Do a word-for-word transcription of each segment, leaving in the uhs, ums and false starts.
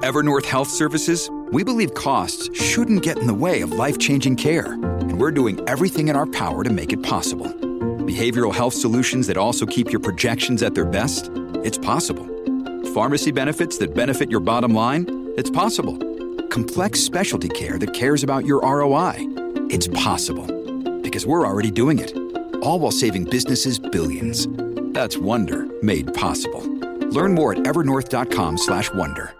At Evernorth Health Services, we believe costs shouldn't get in the way of life-changing care, and we're doing everything in our power to make it possible. Behavioral health solutions that also keep your projections at their best? It's possible. Pharmacy benefits that benefit your bottom line? It's possible. Complex specialty care that cares about your R O I? It's possible. Because we're already doing it. All while saving businesses billions. That's Wonder made possible. Learn more at evernorth.com slash wonder.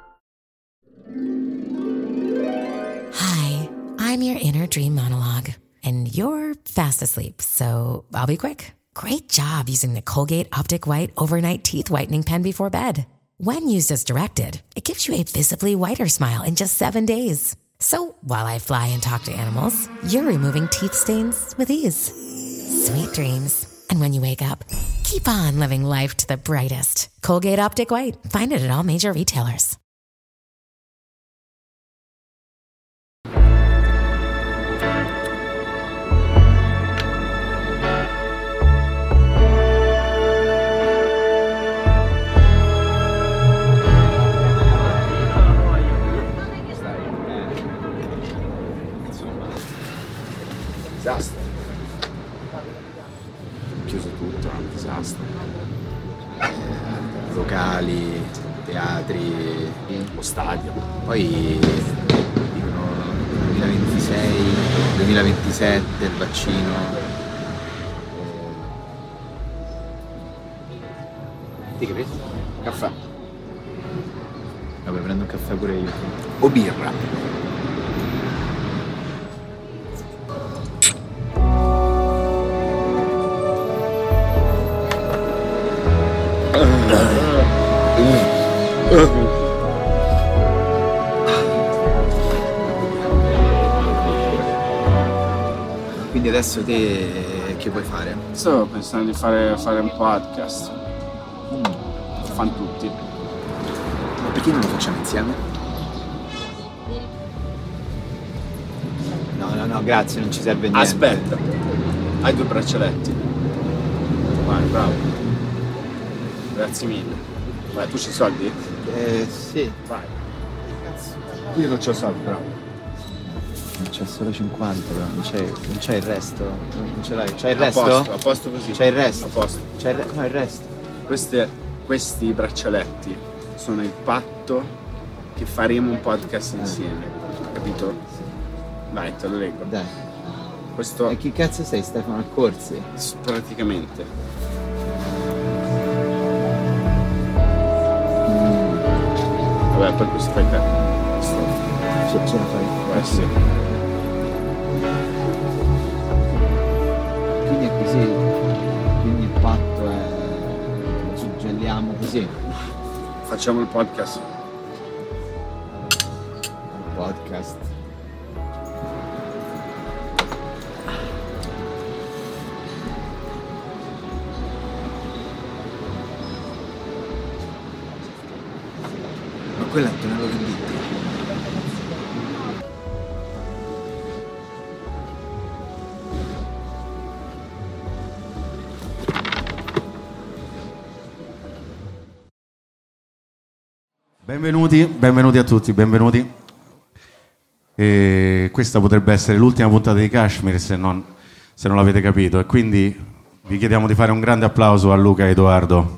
Hi, I'm your inner dream monologue. And you're fast asleep, so I'll be quick. Great job using the Colgate Optic White Overnight Teeth Whitening Pen before bed. When used as directed, it gives you a visibly whiter smile in just seven days. So while I fly and talk to animals, you're removing teeth stains with ease. Sweet dreams. And when you wake up, keep on living life to the brightest. Colgate Optic White. Find it at all major retailers. Disastro. Chiuso tutto, un disastro. Locali, teatri, lo stadio. Poi dicono duemilaventisei, duemilaventisette il vaccino. Ti capito? Caffè. Vabbè, prendo un caffè pure io. O birra. Quindi adesso te che vuoi fare? Sto pensando di fare, fare un podcast. Mm. Lo fanno tutti. Ma perché non lo facciamo insieme? No, no, no, grazie, non ci serve niente. Aspetta, hai due braccialetti. Vai, bravo. Grazie mille. Vai, tu c'hai i soldi? Eh, sì. Vai. Io non c'ho soldi, bravo. C'è solo cinquanta, però non c'è, non c'è il resto. Non ce l'hai. C'è il A resto? posto, a posto così. C'è il resto? A posto. C'è il, re- no, il resto. Queste, questi braccialetti sono il patto che faremo un podcast insieme. Capito? Vai, te lo leggo. Dai. Questo E chi cazzo sei, Stefano Accorsi? praticamente. Mm. Vabbè, poi questo fai te. Ce, ce la fai? Eh sì. Quindi è così. Quindi il patto è. Ci gelliamo così. Facciamo il podcast. Il podcast. Ma quello è Antonello Venditti. Benvenuti, benvenuti a tutti, benvenuti. E questa potrebbe essere l'ultima puntata di Kashmir se non, se non l'avete capito, e quindi vi chiediamo di fare un grande applauso a Luca e Edoardo.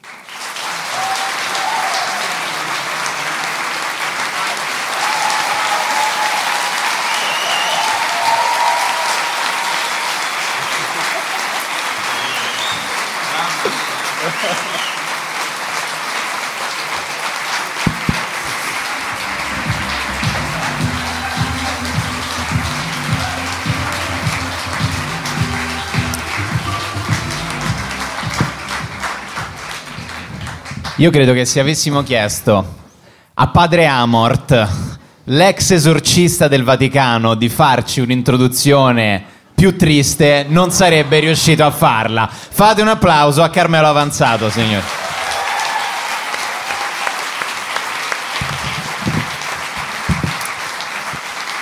Io credo che se avessimo chiesto a padre Amort, l'ex esorcista del Vaticano, di farci un'introduzione più triste, non sarebbe riuscito a farla. Fate un applauso a Carmelo Avanzato, signori.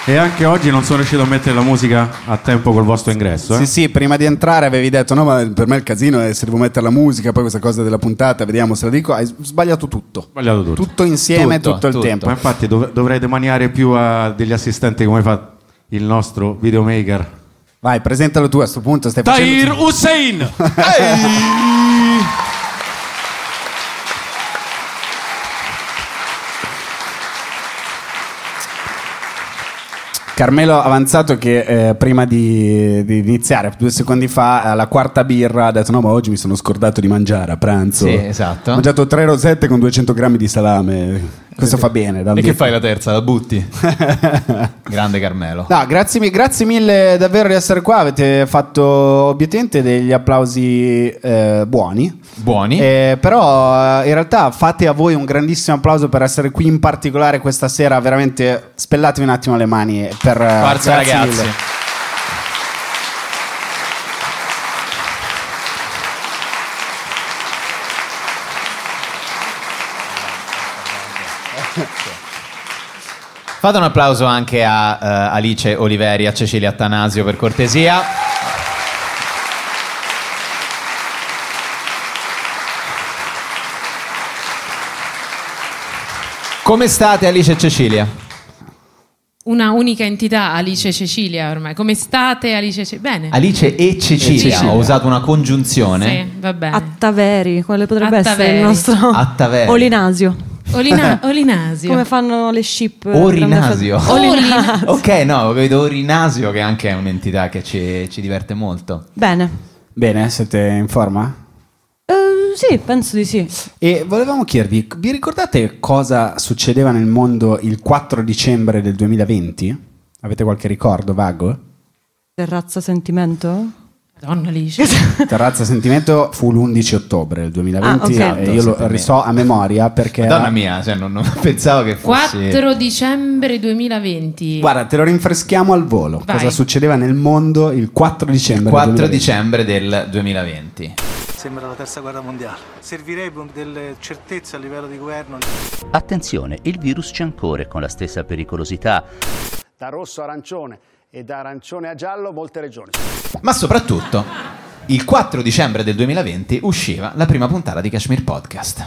E anche oggi non sono riuscito a mettere la musica a tempo col vostro ingresso. Eh? Sì, sì, prima di entrare avevi detto no, ma per me il casino è se devo mettere la musica, poi questa cosa della puntata, vediamo se la dico. Hai sbagliato tutto. Sbagliato tutto. Tutto insieme, Tutto, tutto il tutto. tempo. Ma infatti dov- dovrei demaniare più a degli assistenti come fa il nostro videomaker. Vai, presentalo tu a sto punto. Stai Tahir facendo... Hussein! Carmelo ha avanzato che eh, prima di, di iniziare, due secondi fa, alla quarta birra ha detto no, ma oggi mi sono scordato di mangiare a pranzo. Sì, esatto. Ho mangiato tre rosette con duecento grammi di salame. Questo fa bene. E che fai la terza? La butti? Grande Carmelo. No, grazie, mi- grazie mille davvero di essere qua. Avete fatto obiettivamente degli applausi eh, buoni. Buoni. Eh, però eh, in realtà fate a voi un grandissimo applauso per essere qui in particolare questa sera. Veramente spellatevi un attimo le mani per eh, Forza grazie ragazzi. mille. Fate un applauso anche a eh, Alice Oliveri, a Cecilia Attanasio per cortesia. Come state Alice e Cecilia? Una unica entità, Alice e Cecilia ormai. Come state Alice e Cecilia? Bene. Alice e Cecilia, E Cecilia. ho usato una congiunzione. Sì, va bene. Attaveri, quale potrebbe essere Attaveri. il nostro Attaveri. Olinasio. Olina- Olinasio. Come fanno le ship? Orinasio. Olina- Ok, no, vedo Orinasio che anche è un'entità che ci, ci diverte molto. Bene. Bene, siete in forma? Eh, sì, penso di sì. E volevamo chiedervi, vi ricordate cosa succedeva nel mondo il quattro dicembre del duemilaventi? Avete qualche ricordo vago? Terrazza sentimento? Madonna Alice. Terrazza Sentimento fu l'undici ottobre del duemilaventi Ah, ok. e io lo riso a memoria perché... Madonna mia, cioè, non, non pensavo che fosse... quattro dicembre duemilaventi. Guarda, te lo rinfreschiamo al volo. Vai. Cosa succedeva nel mondo il quattro dicembre del quattro duemilaventi? dicembre del duemilaventi. Sembra la terza guerra mondiale. Servirebbe un- delle certezze a livello di governo. Attenzione, il virus c'è ancora e con la stessa pericolosità. Da rosso a arancione e da arancione a giallo molte regioni. Ma soprattutto, il quattro dicembre del duemilaventi usciva la prima puntata di Kashmir Podcast.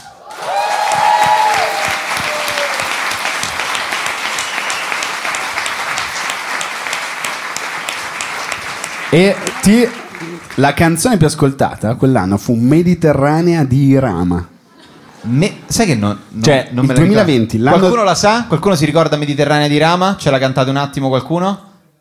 E ti... la canzone più ascoltata quell'anno fu Mediterranea di Irama. Me- sai che non, non- Cioè, non il me la duemilaventi, ricordo. l'anno- Qualcuno la sa? Qualcuno si ricorda Mediterranea di Rama? Ce l'ha cantato un attimo qualcuno?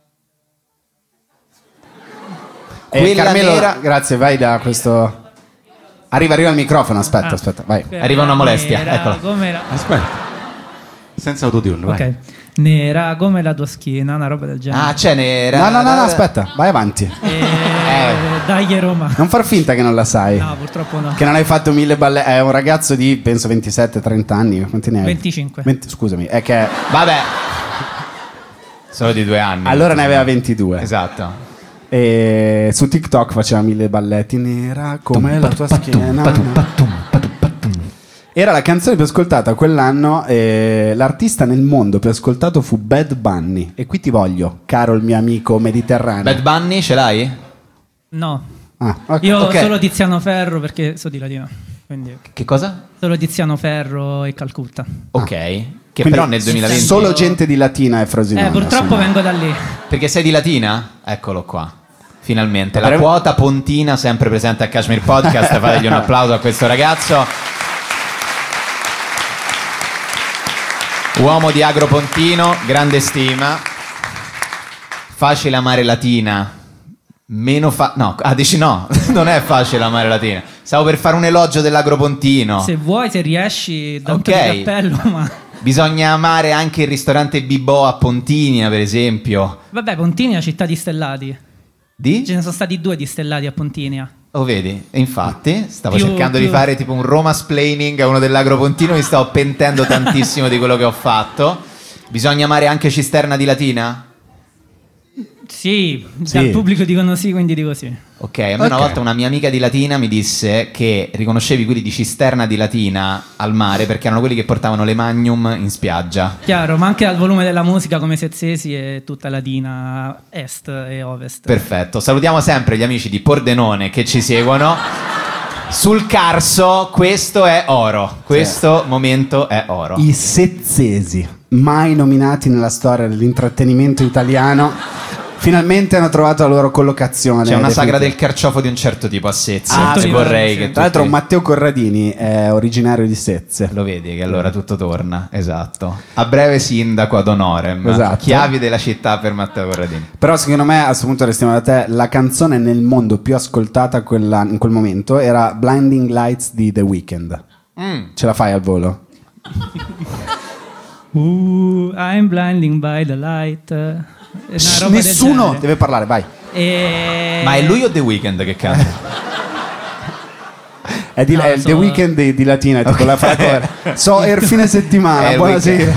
E Quella Carmelo, nera- grazie, vai da questo... Arriva, arriva il microfono, aspetta, Ah. aspetta, vai. Arriva una molestia, Nera eccola. come la... Aspetta. Senza autotune, vai. Ok. Nera come la tua schiena, una roba del genere. Ah, ce n'era. No, no, no, no, aspetta, vai avanti. Eh, dai Roma. Non far finta che non la sai. No, purtroppo no. Che non hai fatto mille balle. È un ragazzo di penso ventisette trenta anni. Quanti ne hai? venticinque. venti scusami, è che. Vabbè. Solo di due anni. Allora ne aveva ventidue. Esatto. E su TikTok faceva mille balletti. Nera come la tua schiena. Era la canzone più ascoltata quell'anno. E l'artista nel mondo più ascoltato fu Bad Bunny. E qui ti voglio, caro il mio amico mediterraneo. Bad Bunny ce l'hai? No. Ah, ok. Io Ok. solo Tiziano Ferro perché so di latino. Quindi Che cosa? solo Tiziano Ferro e Calcutta. Ok. Che Quindi però nel duemilaventi... Solo gente di Latina e Frosinone. Eh, purtroppo insomma. vengo da lì. Perché sei di Latina? Eccolo qua. Finalmente. La Avrei- quota pontina sempre presente a Kashmir Podcast. Fategli un applauso a questo ragazzo. Uomo di Agropontino, grande stima. Facile amare Latina. Meno fa... No, ah, dici no. Non è facile amare Latina. Stavo per fare un elogio dell'Agropontino. Se vuoi, se riesci, da un Ok. po' di cappello, ma... Bisogna amare anche il ristorante Bibò a Pontinia, per esempio. Vabbè, Pontinia, città di stellati. Di? Ce ne sono stati due di stellati a Pontinia. Oh, vedi? E infatti stavo Più- cercando più- di fare tipo un Roma splaining a uno dell'Agropontino, mi stavo pentendo tantissimo di quello che ho fatto. Bisogna amare anche Cisterna di Latina? Sì, Sì. dal pubblico dicono sì, quindi dico sì. Ok, a me una Ok. volta una mia amica di Latina mi disse che riconoscevi quelli di Cisterna di Latina al mare perché erano quelli che portavano le Magnum in spiaggia. Chiaro, ma anche dal volume della musica come Sezzesi e tutta Latina, est e ovest. Perfetto, salutiamo sempre gli amici di Pordenone che ci seguono. Sul Carso, questo è oro. Questo momento è oro. I Sezzesi, mai nominati nella storia dell'intrattenimento italiano, finalmente hanno trovato la loro collocazione. C'è una sagra definitiva. del carciofo di un certo tipo a Sezze. Ah, e sì. vorrei che Tra l'altro tutti- Matteo Corradini è originario di Sezze. Lo vedi che allora tutto torna, esatto. A breve sindaco ad honorem. Esatto. Chiavi della città per Matteo Corradini. Però secondo me, a questo punto restiamo da te, la canzone nel mondo più ascoltata quella- in quel momento era Blinding Lights di The Weeknd. Mm. Ce la fai al volo? Uh, I'm blinding by the light. Una roba del Nessuno genere. deve parlare, vai. E... Ma è lui o The Weeknd che canta? È, di, No, è il so- The Weeknd di, di Latina, tipo Ok. la fa la cover. So, er fine settimana, È il buonasera.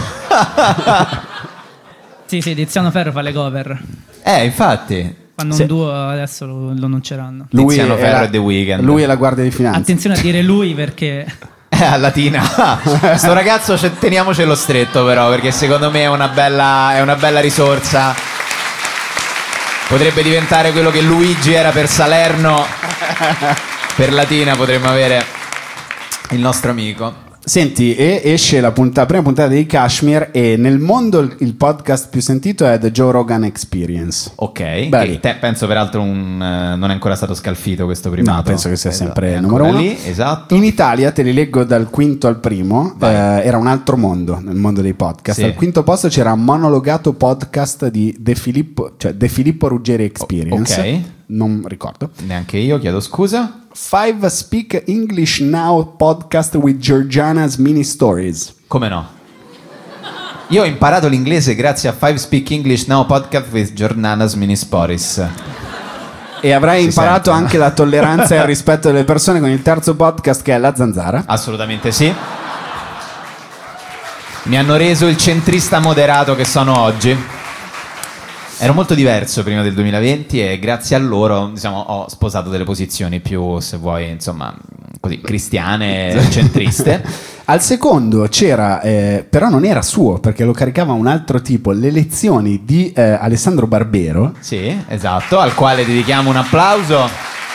Sì, sì, Tiziano Ferro fa le cover. Eh, infatti. Fanno Sì. un duo, adesso lo, lo annunceranno. Lui Tiziano è Ferro la- e The Weeknd. Lui è la guardia di finanza. Attenzione a dire lui perché... Eh, a Latina. Sto ragazzo ce- teniamocelo stretto però, perché secondo me è una bella, è una bella risorsa. Potrebbe diventare quello che Luigi era per Salerno. Per Latina potremmo avere il nostro amico. Senti, e esce la punta- prima puntata di Kashmir e nel mondo il, il podcast più sentito è The Joe Rogan Experience. Ok, Belli. che te- penso peraltro un, eh, non è ancora stato scalfito questo primato. No, penso che sia Esatto, sempre è il numero ancora uno. lì, esatto. In Italia, te li leggo dal quinto al primo, eh, era un altro mondo nel mondo dei podcast. Sì. Al quinto posto c'era un monologato podcast di De Filippo, cioè De Filippo Ruggeri Experience. ok. Non ricordo. Neanche io, chiedo scusa. Five Speak English Now podcast with Georgiana's Mini Stories. Come no? Io ho imparato l'inglese grazie a Five Speak English Now podcast with Giornanas Minisporis. E avrai Si imparato sente, anche no? la tolleranza e il rispetto delle persone con il terzo podcast che è La Zanzara. Assolutamente sì. Mi hanno reso il centrista moderato che sono oggi. Ero molto diverso prima del duemilaventi e grazie a loro, diciamo, ho sposato delle posizioni più, se vuoi, insomma, così, cristiane, centriste. Al secondo c'era, eh, però non era suo perché lo caricava un altro tipo, le lezioni di eh, Alessandro Barbero. Sì, esatto, al quale dedichiamo un applauso.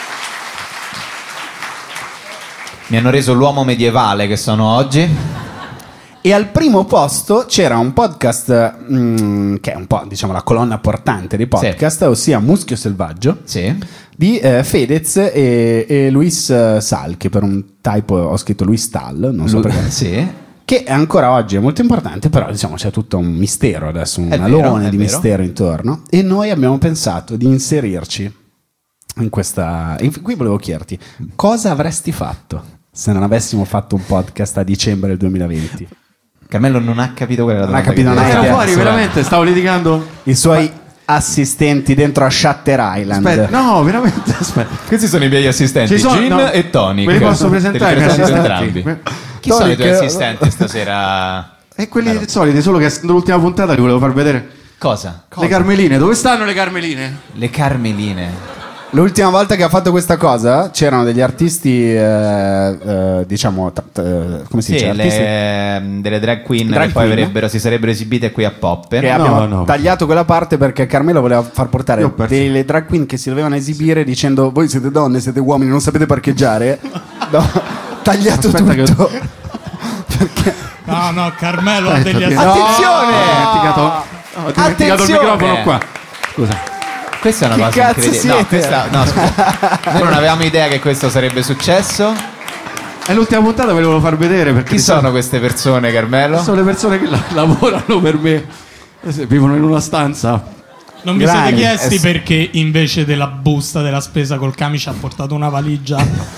Mi hanno reso l'uomo medievale che sono oggi. E al primo posto c'era un podcast mm, che è un po', diciamo, la colonna portante dei podcast, ossia Muschio Selvaggio, Sì. di eh, Fedez e, e Luis eh, Sal, che per un typo ho scritto Luis Tal, non so Lu- perché. Sì. Che ancora oggi è molto importante, però diciamo c'è tutto un mistero adesso, un È alone vero, è di vero. mistero intorno. E noi abbiamo pensato di inserirci in questa. in- Qui volevo chiederti, cosa avresti fatto se non avessimo fatto un podcast a dicembre del duemilaventi? Carmelo non ha capito quella era la Non ha domanda. capito che neanche ti Ero ho fuori, fatto. veramente, stavo litigando. I suoi assistenti dentro a Shutter Island. Aspetta, no, veramente, aspetta. Questi sono i miei assistenti, Ci sono- Gin no, e Tony. ve li posso presentare, Te li i miei presento assistenti? entrambi. Chi sono i tuoi Tony, che- assistenti stasera? E quelli soliti, solo che essendo l'ultima puntata li volevo far vedere. Cosa? Le Carmeline, dove stanno le Carmeline? Le Carmeline. L'ultima volta che ha fatto questa cosa c'erano degli artisti, eh, eh, diciamo, t- t- come si Sì, dice? Artisti le, delle drag queen Drag che poi queen. avrebbero, si sarebbero esibite qui a Poppe. che No, abbiamo no. tagliato quella parte perché Carmelo voleva far portare Io ho perso. delle drag queen che si dovevano esibire dicendo voi siete donne, siete uomini, non sapete parcheggiare. No, tagliato Aspetta che- tutto. No, no, Carmelo ha Aspetta, degli che- assistenti. Attenzione! Ho dimenticato, ho dimenticato il Attenzione! microfono qua. Scusa. Questa è una Che cosa cazzo incredibile. No, siete? questa, no, scusa. Noi non avevamo idea che questo sarebbe successo. È l'ultima puntata, ve lo volevo far vedere perché Chi sono queste persone, Carmelo? sono le persone che la- lavorano per me. Eh, Vivono in una stanza. Non vi Grandi. siete chiesti Eh, perché invece della busta della spesa col camice ha portato una valigia?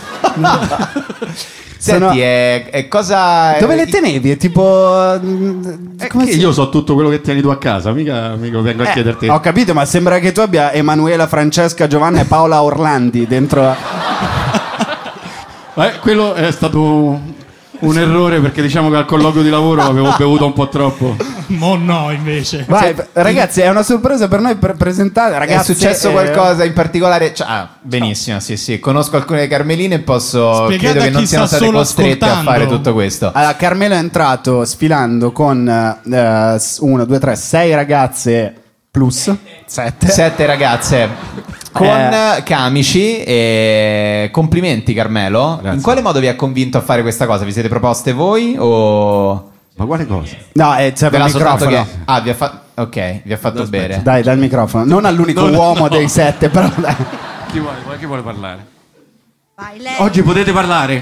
Senti, Sono- è, è cosa... Dove le tenevi? È tipo. È come che si- io so tutto quello che tieni tu a casa, mica, mica vengo a Eh, chiederti. ho capito, ma sembra che tu abbia Emanuela, Francesca, Giovanna e Paola Orlandi dentro. Eh, quello è stato un errore perché diciamo che al colloquio di lavoro avevo bevuto un po' troppo. Mo no, invece. Vai, ragazzi, è una sorpresa per noi per presentare. Ragazzi, è successo eh, qualcosa in particolare? Cioè, ah, benissimo, sì, sì. Conosco alcune Carmeline e posso. Spiegate credo a che chi non siano sta state solo costrette ascoltando. a fare tutto questo. Allora, Carmelo è entrato sfilando con eh, uno, due, tre, sei ragazze plus sette. Sette ragazze con Eh. camici. E complimenti, Carmelo. Grazie. In quale modo vi ha convinto a fare questa cosa? Vi siete proposte voi o. Ma quale cosa? No, è c'è Ve il l'ha soltanto microfono. che. Ah, vi ha fatto. Ok, vi ha fatto bere. Dai, dai il microfono. Non all'unico No, no, uomo no. dei sette, però dai. Chi vuole, chi vuole parlare? Vai, lei. Oggi potete parlare.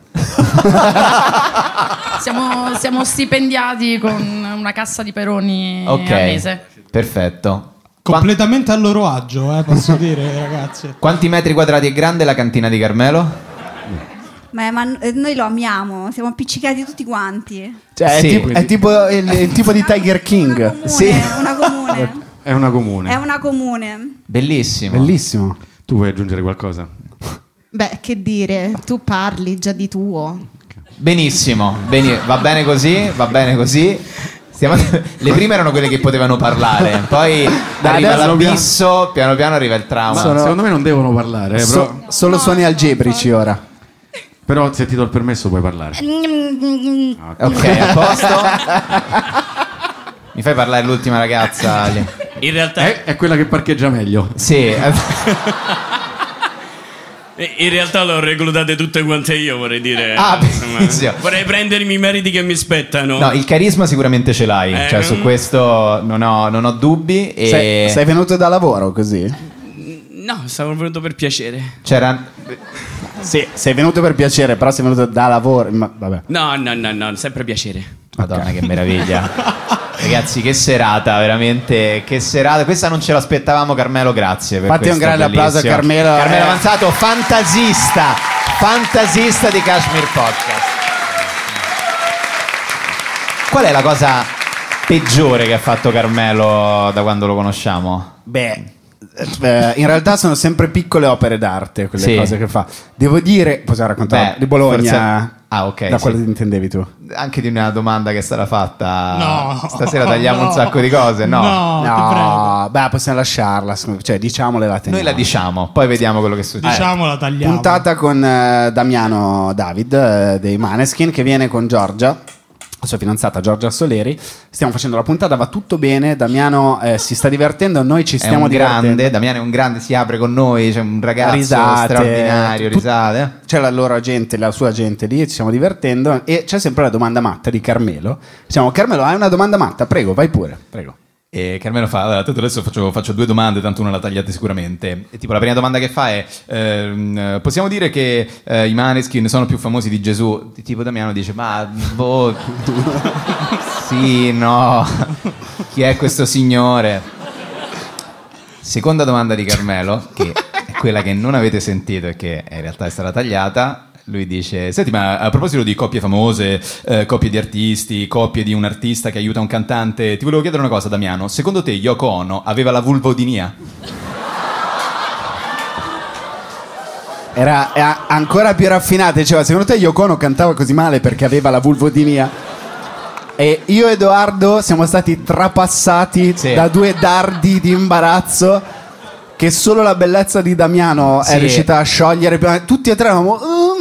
Siamo, siamo stipendiati con una cassa di Peroni Ok, al mese. perfetto. Completamente a loro agio, eh, posso dire, ragazzi. Quanti metri quadrati è grande la cantina di Carmelo? Ma, ma eh, noi lo amiamo, siamo appiccicati tutti quanti. Cioè, Sì. è, tipo, è tipo il, il tipo di Tiger King. Comune, Sì. una comune. È una comune. È una comune. Bellissimo. Bellissimo. Tu vuoi aggiungere qualcosa? Beh, che dire, tu parli già di tuo. Benissimo, beni- va bene così, va bene così. Stiamo- Le prime erano quelle che potevano parlare, poi arriva adesso l'abisso, piano piano arriva il trauma. Ma Sono- secondo me non devono parlare, eh, però, So- solo suoni algebrici ora. però se ti do il permesso puoi parlare. Ok, a posto. Mi fai parlare l'ultima ragazza? lì? In realtà, È, è quella che parcheggia meglio. Sì. eh, in realtà le ho reclutate tutte quante io, vorrei dire. Ah, Insomma, benissimo. vorrei prendermi i meriti che mi spettano. No, il carisma sicuramente ce l'hai, Eh, cioè su mm. questo non ho, non ho dubbi. E Sei, sei venuto da lavoro così? No, stavo venuto per piacere. c'era. Sì, sei venuto per piacere, però sei venuto da lavoro. Ma vabbè. No, no, no, no, sempre piacere. Madonna, che meraviglia. Ragazzi, che serata, veramente. Che serata. Questa non ce l'aspettavamo, Carmelo. Grazie. Per Fatti un questo grande applauso a bellissimo. Carmelo. Carmelo Eh. Avanzato, fantasista. Fantasista di Kashmir Podcast. Qual è la cosa peggiore che ha fatto Carmelo da quando lo conosciamo? Beh, eh, in realtà sono sempre piccole opere d'arte quelle Sì. cose che fa. Devo dire, possiamo raccontare Beh, di Bologna. forse- Ah, ok. Da sì. quello che intendevi tu. Anche di una domanda che sarà fatta. No, Stasera tagliamo no, un sacco di cose, no? no. ti No, beh, possiamo lasciarla. Cioè, diciamole la teniamo. Noi la diciamo, poi vediamo quello che succede. Diciamo la tagliamo. Puntata con eh, Damiano David eh, dei Maneskin che viene con Giorgia, la sua fidanzata Giorgia Soleri. Stiamo facendo la puntata, va tutto bene. Damiano eh, si sta divertendo, noi ci È stiamo un divertendo. grande, Damiano è un grande, si apre con noi, c'è un ragazzo Risate, straordinario, tut- risate. C'è la loro gente, la sua gente lì, ci stiamo divertendo. E c'è sempre la domanda matta di Carmelo. Diciamo, Carmelo, hai una domanda matta? Prego, vai pure, prego. E Carmelo fa, allora, tanto adesso faccio, faccio due domande, tanto una la tagliate sicuramente. E tipo la prima domanda che fa è, ehm, possiamo dire che eh, i Maneskin sono più famosi di Gesù? Tipo Damiano dice, ma boh, sì, no, chi è questo signore? Seconda domanda di Carmelo, che è quella che non avete sentito e che in realtà è stata tagliata. Lui dice, senti, ma a proposito di coppie famose, eh, coppie di artisti, coppie di un artista che aiuta un cantante, ti volevo chiedere una cosa, Damiano. Secondo te Yoko Ono aveva la vulvodinia? Era era ancora più raffinata. Diceva, secondo te Yoko Ono cantava così male perché aveva la vulvodinia? E io e Edoardo siamo stati trapassati Sì. da due dardi di imbarazzo che solo la bellezza di Damiano Sì. è riuscita a sciogliere. Tutti e tre eravamo...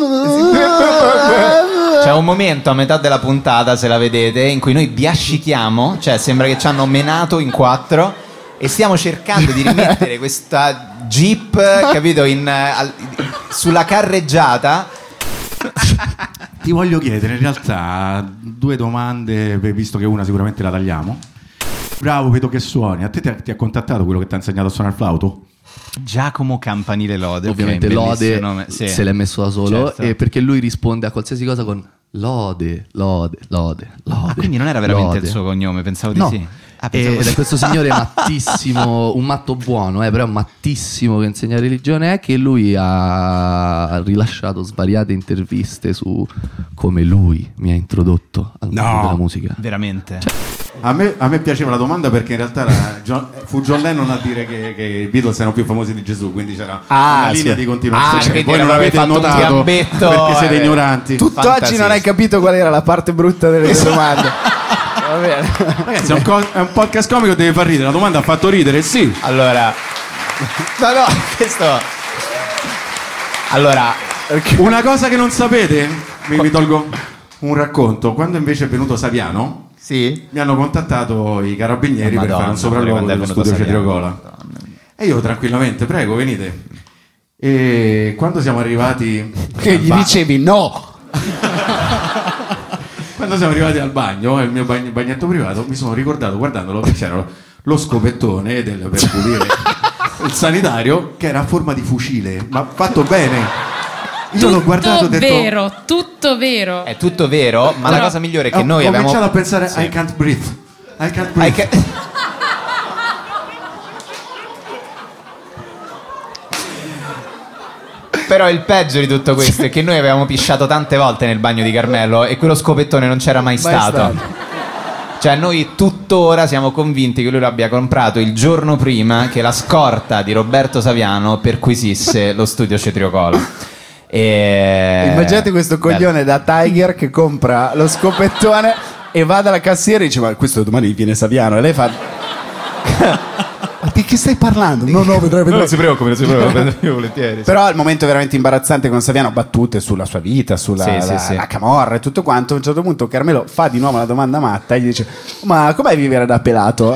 C'è un momento a metà della puntata, se la vedete, in cui noi biascichiamo, cioè sembra che ci hanno menato in quattro e stiamo cercando di rimettere questa Jeep, capito, in, eh, al- sulla carreggiata. Ti voglio chiedere in realtà due domande, beh, visto che una sicuramente la tagliamo. Bravo, vedo che suoni. A te ti ha, ti ha contattato quello che ti ha insegnato a suonare il flauto? Giacomo Campanile Lode. Ovviamente ok, Lode bellissimo nome, sì. se l'è messo da solo, Certo. e perché lui risponde a qualsiasi cosa con Lode, Lode, Lode, Lode. Ah, quindi non era veramente Lode. il suo cognome, pensavo di No. sì. Ah, E- pensavo ed di- è questo signore mattissimo, un matto buono, eh, però mattissimo che insegna religione, è che lui ha rilasciato svariate interviste su come lui mi ha introdotto al mondo No. della musica. Veramente? A me, a me piaceva la domanda perché in realtà era John, fu John Lennon a dire che, che i Beatles erano più famosi di Gesù, quindi c'era Ah, una linea sì. di continuazione. Ah, quindi Voi non non l'avete avete fatto un notato gambetto, perché siete eh, ignoranti. Tutt'oggi non hai capito qual era la parte brutta delle tue domande. Va bene. Ragazzi, è un, co- è un podcast comico, deve far ridere. La domanda ha fatto ridere, sì. Allora, no, no, questo. Allora, una cosa che non sapete, vi, vi tolgo un racconto. Quando invece è venuto Saviano, sì, mi hanno contattato i carabinieri Oh, per Madonna, fare un sopralluogo quando è dello venuto studio Saviano. Cetriocola. E io tranquillamente, prego, venite. E quando siamo arrivati, Che gli ba- dicevi no. quando siamo arrivati al bagno, il mio bagn- bagnetto privato, mi sono ricordato guardandolo che c'era lo, lo scopettone del, per pulire il sanitario che era a forma di fucile, ma fatto bene. Io l'ho guardato e ho Tutto detto vero, tutto vero. è tutto vero, ma la Però- cosa migliore è che ho, noi ho abbiamo cominciato a pensare Sì. I can't breathe. I can't I breathe. ca- Però il peggio di tutto questo è che noi avevamo pisciato tante volte nel bagno di Carmelo e quello scopettone non c'era mai, Mai stato. stato. Cioè noi tuttora siamo convinti che lui l'abbia comprato il giorno prima che la scorta di Roberto Saviano perquisisse lo studio Cetriocola. E... Immaginate questo coglione da Tiger che compra lo scopettone e va dalla cassiera e dice: ma questo domani viene Saviano. E lei fa: ma di che stai parlando? No, no, vedrai, vedrai. Non si preoccupi, non si preoccupi, prendo io volentieri. Però al momento veramente imbarazzante con Saviano, battute sulla sua vita, sulla Sì, sì, la, sì. la camorra e tutto quanto. A un certo punto Carmelo fa di nuovo una domanda matta e gli dice: ma com'è vivere da pelato?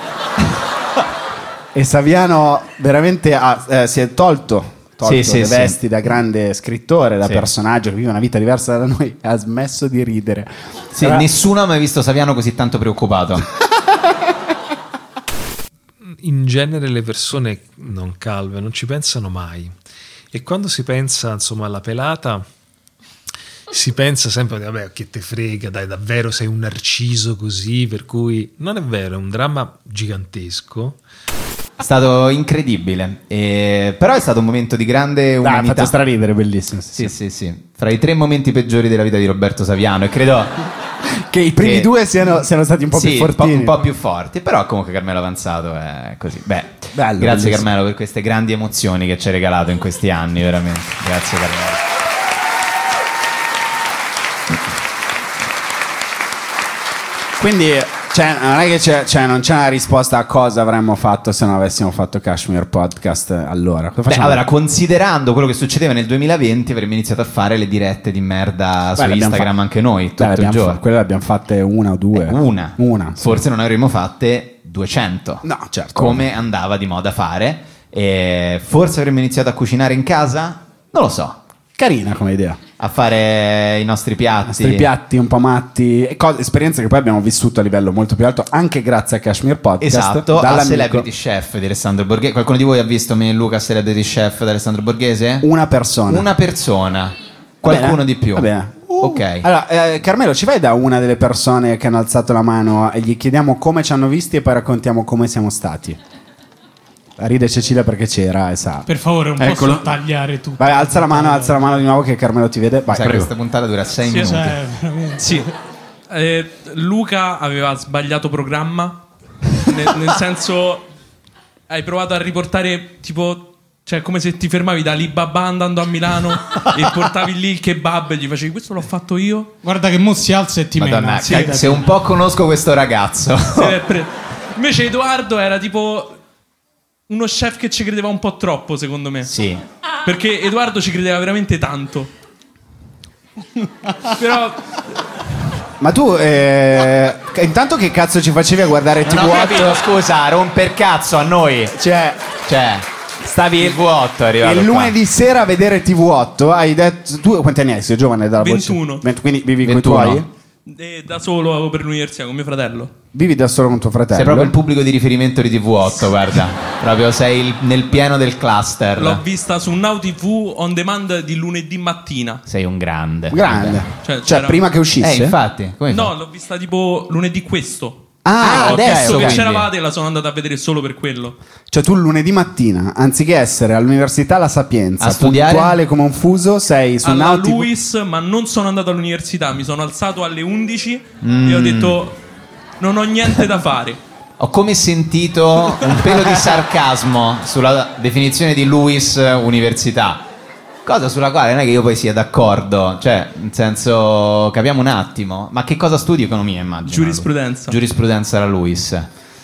E Saviano veramente ha, eh, si è tolto, tolto Sì, sì, le sì. vesti da grande scrittore, da Sì. personaggio che vive una vita diversa da noi e ha smesso di ridere. Sì, Era- nessuno ha mai visto Saviano così tanto preoccupato. In genere le persone non calve non ci pensano mai, e quando si pensa insomma alla pelata si pensa sempre: vabbè, che te frega, dai, davvero sei un narciso così? Per cui non è vero, è un dramma gigantesco. È stato incredibile, e... però è stato un momento di grande Dai, ha umanità. fatto straridere, bellissimo. Sì, sì, sì. Fra i tre momenti peggiori della vita di Roberto Saviano, e credo Che i primi che- due siano, siano stati un po' sì, più un po', fortini. un po' più forti. Però comunque Carmelo Avanzato è così. Beh, Bello, grazie bellissimo. Carmelo per queste grandi emozioni che ci hai regalato in questi anni, veramente. Grazie Carmelo. Quindi cioè, non è che c'è, cioè, non c'è una risposta a cosa avremmo fatto se non avessimo fatto Kashmir Podcast allora. Cosa Beh, facciamo? allora, considerando quello che succedeva nel duemilaventi, avremmo iniziato a fare le dirette di merda Beh, su l'abbiamo Instagram fa- anche noi, tutto Beh, il l'abbiamo giorno. fa- quelle le abbiamo fatte una o due. Eh, una. Una. sì. Forse non ne avremmo fatte duecento. No, certo. Come andava di moda fare. E forse avremmo iniziato a cucinare in casa? Non lo so. Carina come idea. A fare i nostri piatti. Questi piatti un po' matti, e cose- esperienze che poi abbiamo vissuto a livello molto più alto anche grazie a Kashmir Podcast. Esatto, a dall'amico- Celebrity Chef di Alessandro Borghese. Qualcuno di voi ha visto me e Luca Celebrity Chef di Alessandro Borghese? Una persona. Una persona. Qualcuno bene, di più. va bene. Ok. Allora, eh, Carmelo, ci vai da una delle persone che hanno alzato la mano e gli chiediamo come ci hanno visti e poi raccontiamo come siamo stati. Ride Cecilia perché c'era e sa. Per favore, non Eccolo. posso tagliare tutto. Vai, alza la mano, alza la mano di nuovo che Carmelo ti vede. Vai, Sai, prego. questa puntata dura sei Sì, minuti. cioè, veramente. Sì. Eh, Luca aveva sbagliato programma. Nel, nel senso, hai provato a riportare tipo, cioè, come se ti fermavi da Alibaba andando a Milano e portavi lì il kebab e gli facevi: questo l'ho fatto io. Guarda che mo si alza e ti Madonna, mena. che- se un po' conosco questo ragazzo. Se l'è pre- Invece Edoardo era tipo uno chef che ci credeva un po' troppo, secondo me. Sì. Perché Edoardo ci credeva veramente tanto. Però Ma tu, eh, intanto che cazzo ci facevi a guardare T V Non ho otto? capito, scusa, romper cazzo a noi. Cioè, Cioè, stavi T V otto è arrivato il qua. lunedì sera a vedere T V otto, hai detto tu quanti anni hai? Sei giovane dalla voce? ventuno. venti quindi vivi con i ventuno. tuoi? eh, da solo per l'università con mio fratello. Vivi da solo con tuo fratello? Sei proprio il pubblico di riferimento di T V otto, guarda. Proprio sei il- nel pieno del cluster. L'ho vista su Now T V on demand di lunedì mattina. Sei un grande. Grande. Cioè, Cioè, c'era- prima che uscisse? Eh, infatti. Come No, fai? l'ho vista tipo lunedì questo. Ah, Ho adesso, visto che quindi. c'eravate e la sono andata a vedere solo per quello. Cioè tu il lunedì mattina, anziché essere all'Università La Sapienza, A studiare? puntuale come un fuso, sei su Alla Nauti. Luis, ma non sono andato all'università. Mi sono alzato alle undici Mm. e ho detto: non ho niente da fare. Ho come sentito un pelo di sarcasmo sulla definizione di Lewis università. Cosa sulla quale non è che io poi sia d'accordo, cioè, nel senso, capiamo un attimo, ma che cosa studi economia, immagino? Giurisprudenza. Giurisprudenza alla Lewis.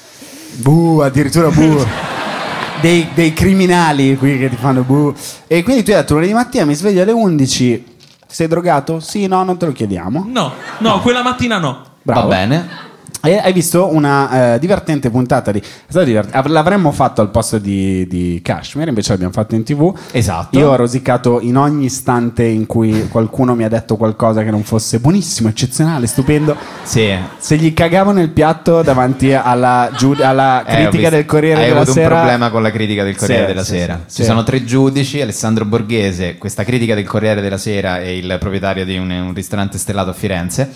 Buh, addirittura buh. dei, dei criminali qui che ti fanno buh. E quindi tu hai detto lunedì mattina mi sveglio alle undici, sei drogato? Sì, no, non te lo chiediamo. No, no, no. Quella mattina no. Bravo. Va bene. E hai visto una eh, divertente puntata di... è stato divert- l'avremmo fatto al posto di, di Kashmir, invece l'abbiamo fatto in tv. Esatto. Io ho rosicato in ogni istante in cui qualcuno mi ha detto qualcosa che non fosse buonissimo, eccezionale, stupendo. Sì. Se gli cagavo nel piatto davanti alla, giu- alla Eh, ho critica visto- del Corriere hai della avuto Sera. un problema con la critica del Corriere Sì, della sì, Sera. sì, Ci sì. sono tre giudici, Alessandro Borghese, questa critica del Corriere della Sera e il proprietario di un, un ristorante stellato a Firenze.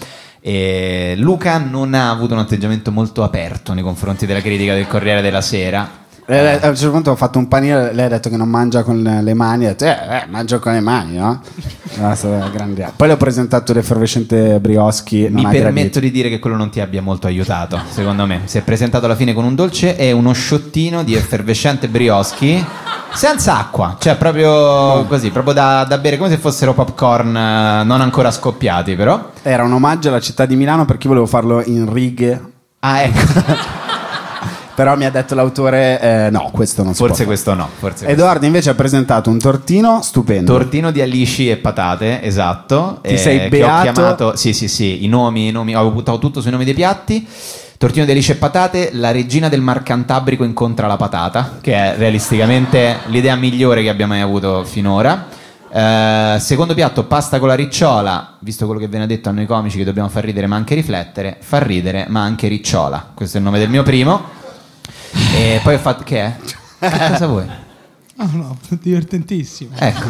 E Luca non ha avuto un atteggiamento molto aperto nei confronti della critica del Corriere della Sera. Eh, a un certo punto ho fatto un panino, lei ha detto che non mangia con le mani, ha detto eh, eh mangio con le mani, no? È stata grande. Poi le ho presentato l'effervescente Brioschi. non Mi ha permetto gradito. di dire che quello non ti abbia molto aiutato, secondo me. Si è presentato alla fine con un dolce e uno sciottino di effervescente Brioschi senza acqua, cioè proprio così, proprio da, da bere come se fossero popcorn eh, non ancora scoppiati, però. Era un omaggio alla città di Milano perché io volevo farlo in righe. Ah, ecco. Però mi ha detto l'autore eh, no, questo non si Forse può questo no, forse Edoardo invece ha presentato un tortino stupendo. Tortino di alici e patate, esatto. Ti sei che ho beato? chiamato, sì, sì, sì, i nomi, i nomi, avevo buttato tutto sui nomi dei piatti. Tortino di alici e patate, la regina del Mar Cantabrico incontra la patata, che è realisticamente l'idea migliore che abbiamo mai avuto finora. Eh, secondo piatto, pasta con la ricciola, visto quello che viene detto a noi comici che dobbiamo far ridere ma anche riflettere, far ridere ma anche ricciola. Questo è il nome del mio primo. E poi ho fatto, che è? Che cosa vuoi? Ah no, divertentissimo. Ecco.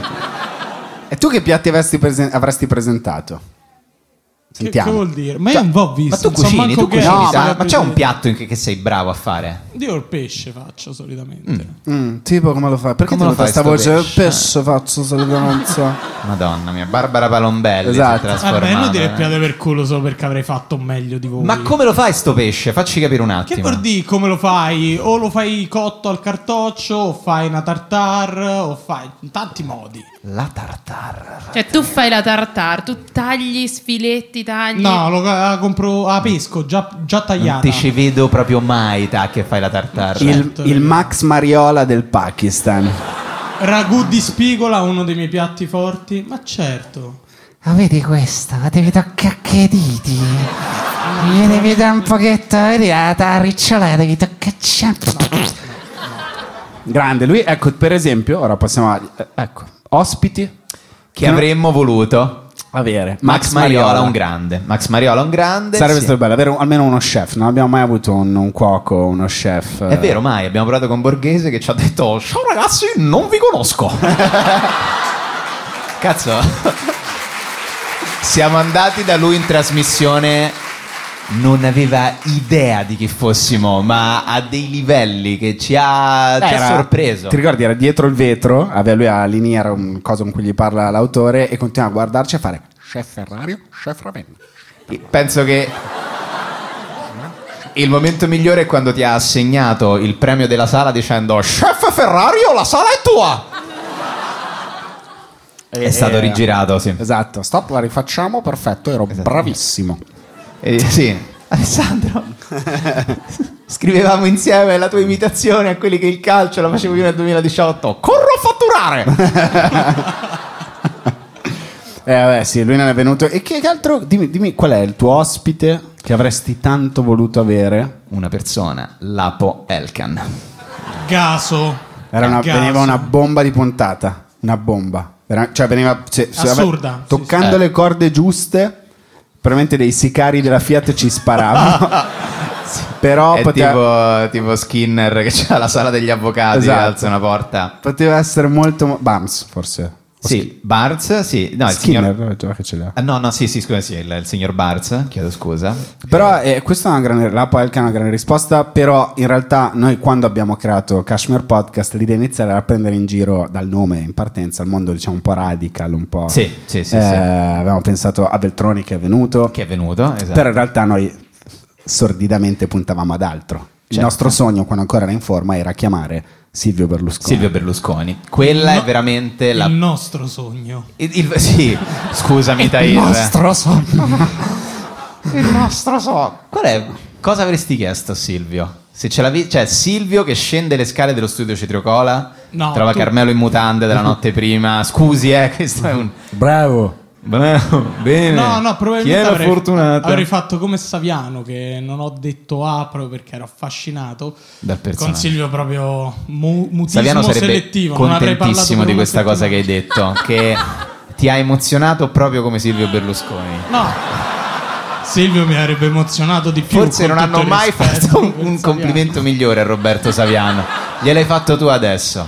E tu che piatti avresti, presen- avresti presentato? Che, Sentiamo. che vuol dire? Ma Cioè, io non ho visto. Ma tu non so cucini, manco tu che- cucini, No, sai? ma- Ma c'è un piatto in che, che sei bravo a fare? Io il pesce faccio solitamente. Mm, tipo come lo fai? Perché Come ti lo lo fai questa sto voce? pesce? Pesce faccio solitamente. Madonna mia, Barbara Palombelli Esatto. si è trasformata. Vabbè, non dire eh. piade per culo solo perché avrei fatto meglio di voi. Ma come lo fai sto pesce? Facci capire un attimo. Che vuol dire come lo fai? O lo fai cotto al cartoccio, o fai una tartare, o fai in tanti modi. La tartare. Cioè, tu fai la tartare, tu tagli, sfiletti, tagli. No, lo la compro a pesco, già, già Non tagliata. ti ci vedo proprio mai, ta, che fai la tartare. Il, il Max Mariola del Pakistan. Ragù di spigola, uno dei miei piatti forti. Ma certo. Ma vedi questa? La devi toccare che diti. Mi devi dare un pochetto, vedi la, la ricciola, devi toccare. Grande, lui, ecco, per esempio, ora passiamo a... eh, ecco, ospiti Che avremmo voluto avere. Max, Mariola, un grande. Max Mariola un grande. Sarebbe sì. stato bello avere un- almeno uno chef. Non abbiamo mai avuto un, un cuoco, uno chef. È vero, mai. Abbiamo provato con Borghese che ci ha detto: ciao ragazzi, non vi conosco. Cazzo. Siamo andati da lui in trasmissione. Non aveva idea di chi fossimo, ma a dei livelli che ci ha, ci ha Era- sorpreso. Ti ricordi? Era dietro il vetro. Aveva lui a liniera un coso con cui gli parla l'autore e continuava a guardarci e a fare chef Ferrario, chef Ravenna. Penso che il momento migliore è quando ti ha assegnato il premio della sala dicendo: Chef Ferrario, la sala è tua. È stato rigirato, sì. Esatto, stop, la rifacciamo, perfetto, ero bravissimo. Eh, sì, Alessandro, scrivevamo insieme la tua imitazione a quelli che il calcio la facevo io nel duemiladiciotto. Corro a fatturare! Eh vabbè, sì, lui non è venuto. E che altro? Dimmi, dimmi qual è il tuo ospite che avresti tanto voluto avere? Una persona, Lapo Elkan. Gaso. Era una, Gaso. veniva una bomba di puntata, una bomba. Era- cioè veniva se- se- Assurda, toccando sì, sì. le corde giuste, veramente dei sicari della Fiat ci sparavano. Però È poteva, tipo, tipo Skinner che c'ha la sala degli avvocati, Esatto. che alza una porta. poteva essere molto mo- Bams, forse. Sì, Barz, sì. No, il Skinner, signor... già che ce l'ha. Ah, no, no, sì, sì, scusa, sì, il, il signor Barz, chiedo scusa. Però eh, questa è una grande, la Elka è una grande risposta. Però in realtà noi quando abbiamo creato Kashmir Podcast l'idea iniziale era prendere in giro dal nome in partenza il mondo, diciamo, un po' radical, un po'. Sì, sì, sì, eh, sì. Avevamo pensato a Veltroni che è venuto. Che è venuto, esatto. Però in realtà noi sordidamente puntavamo ad altro. Il Certo. nostro sogno, quando ancora era in forma, era chiamare Silvio Berlusconi. Silvio Berlusconi. Quella No, è veramente la... Il nostro sogno. il- il- sì, scusami Il Tahir. nostro sogno. Il nostro sogno. Qual è? Cosa avresti chiesto a Silvio? Se ce l'avevi, cioè Silvio che scende le scale dello studio Cetriocola, No, trova tu- Carmelo in mutande della notte prima. Scusi, eh, questo è un Bravo. Bravo, bene. No, no, Chi probabilmente era avrei, fortunata? avrei fatto come Saviano, che non ho detto A proprio perché ero affascinato. Dal personaggio. Con Silvio proprio mu- mutismo Saviano sarebbe selettivo. Non avrei parlato contentissimo per di una questa cosa che hai settimana. detto, che ti ha emozionato proprio come Silvio Berlusconi. No, Silvio mi avrebbe emozionato di più. Forse con non tutto hanno il mai rispetto fatto un, per un Saviano. complimento migliore a Roberto Saviano. Gliel'hai fatto tu adesso.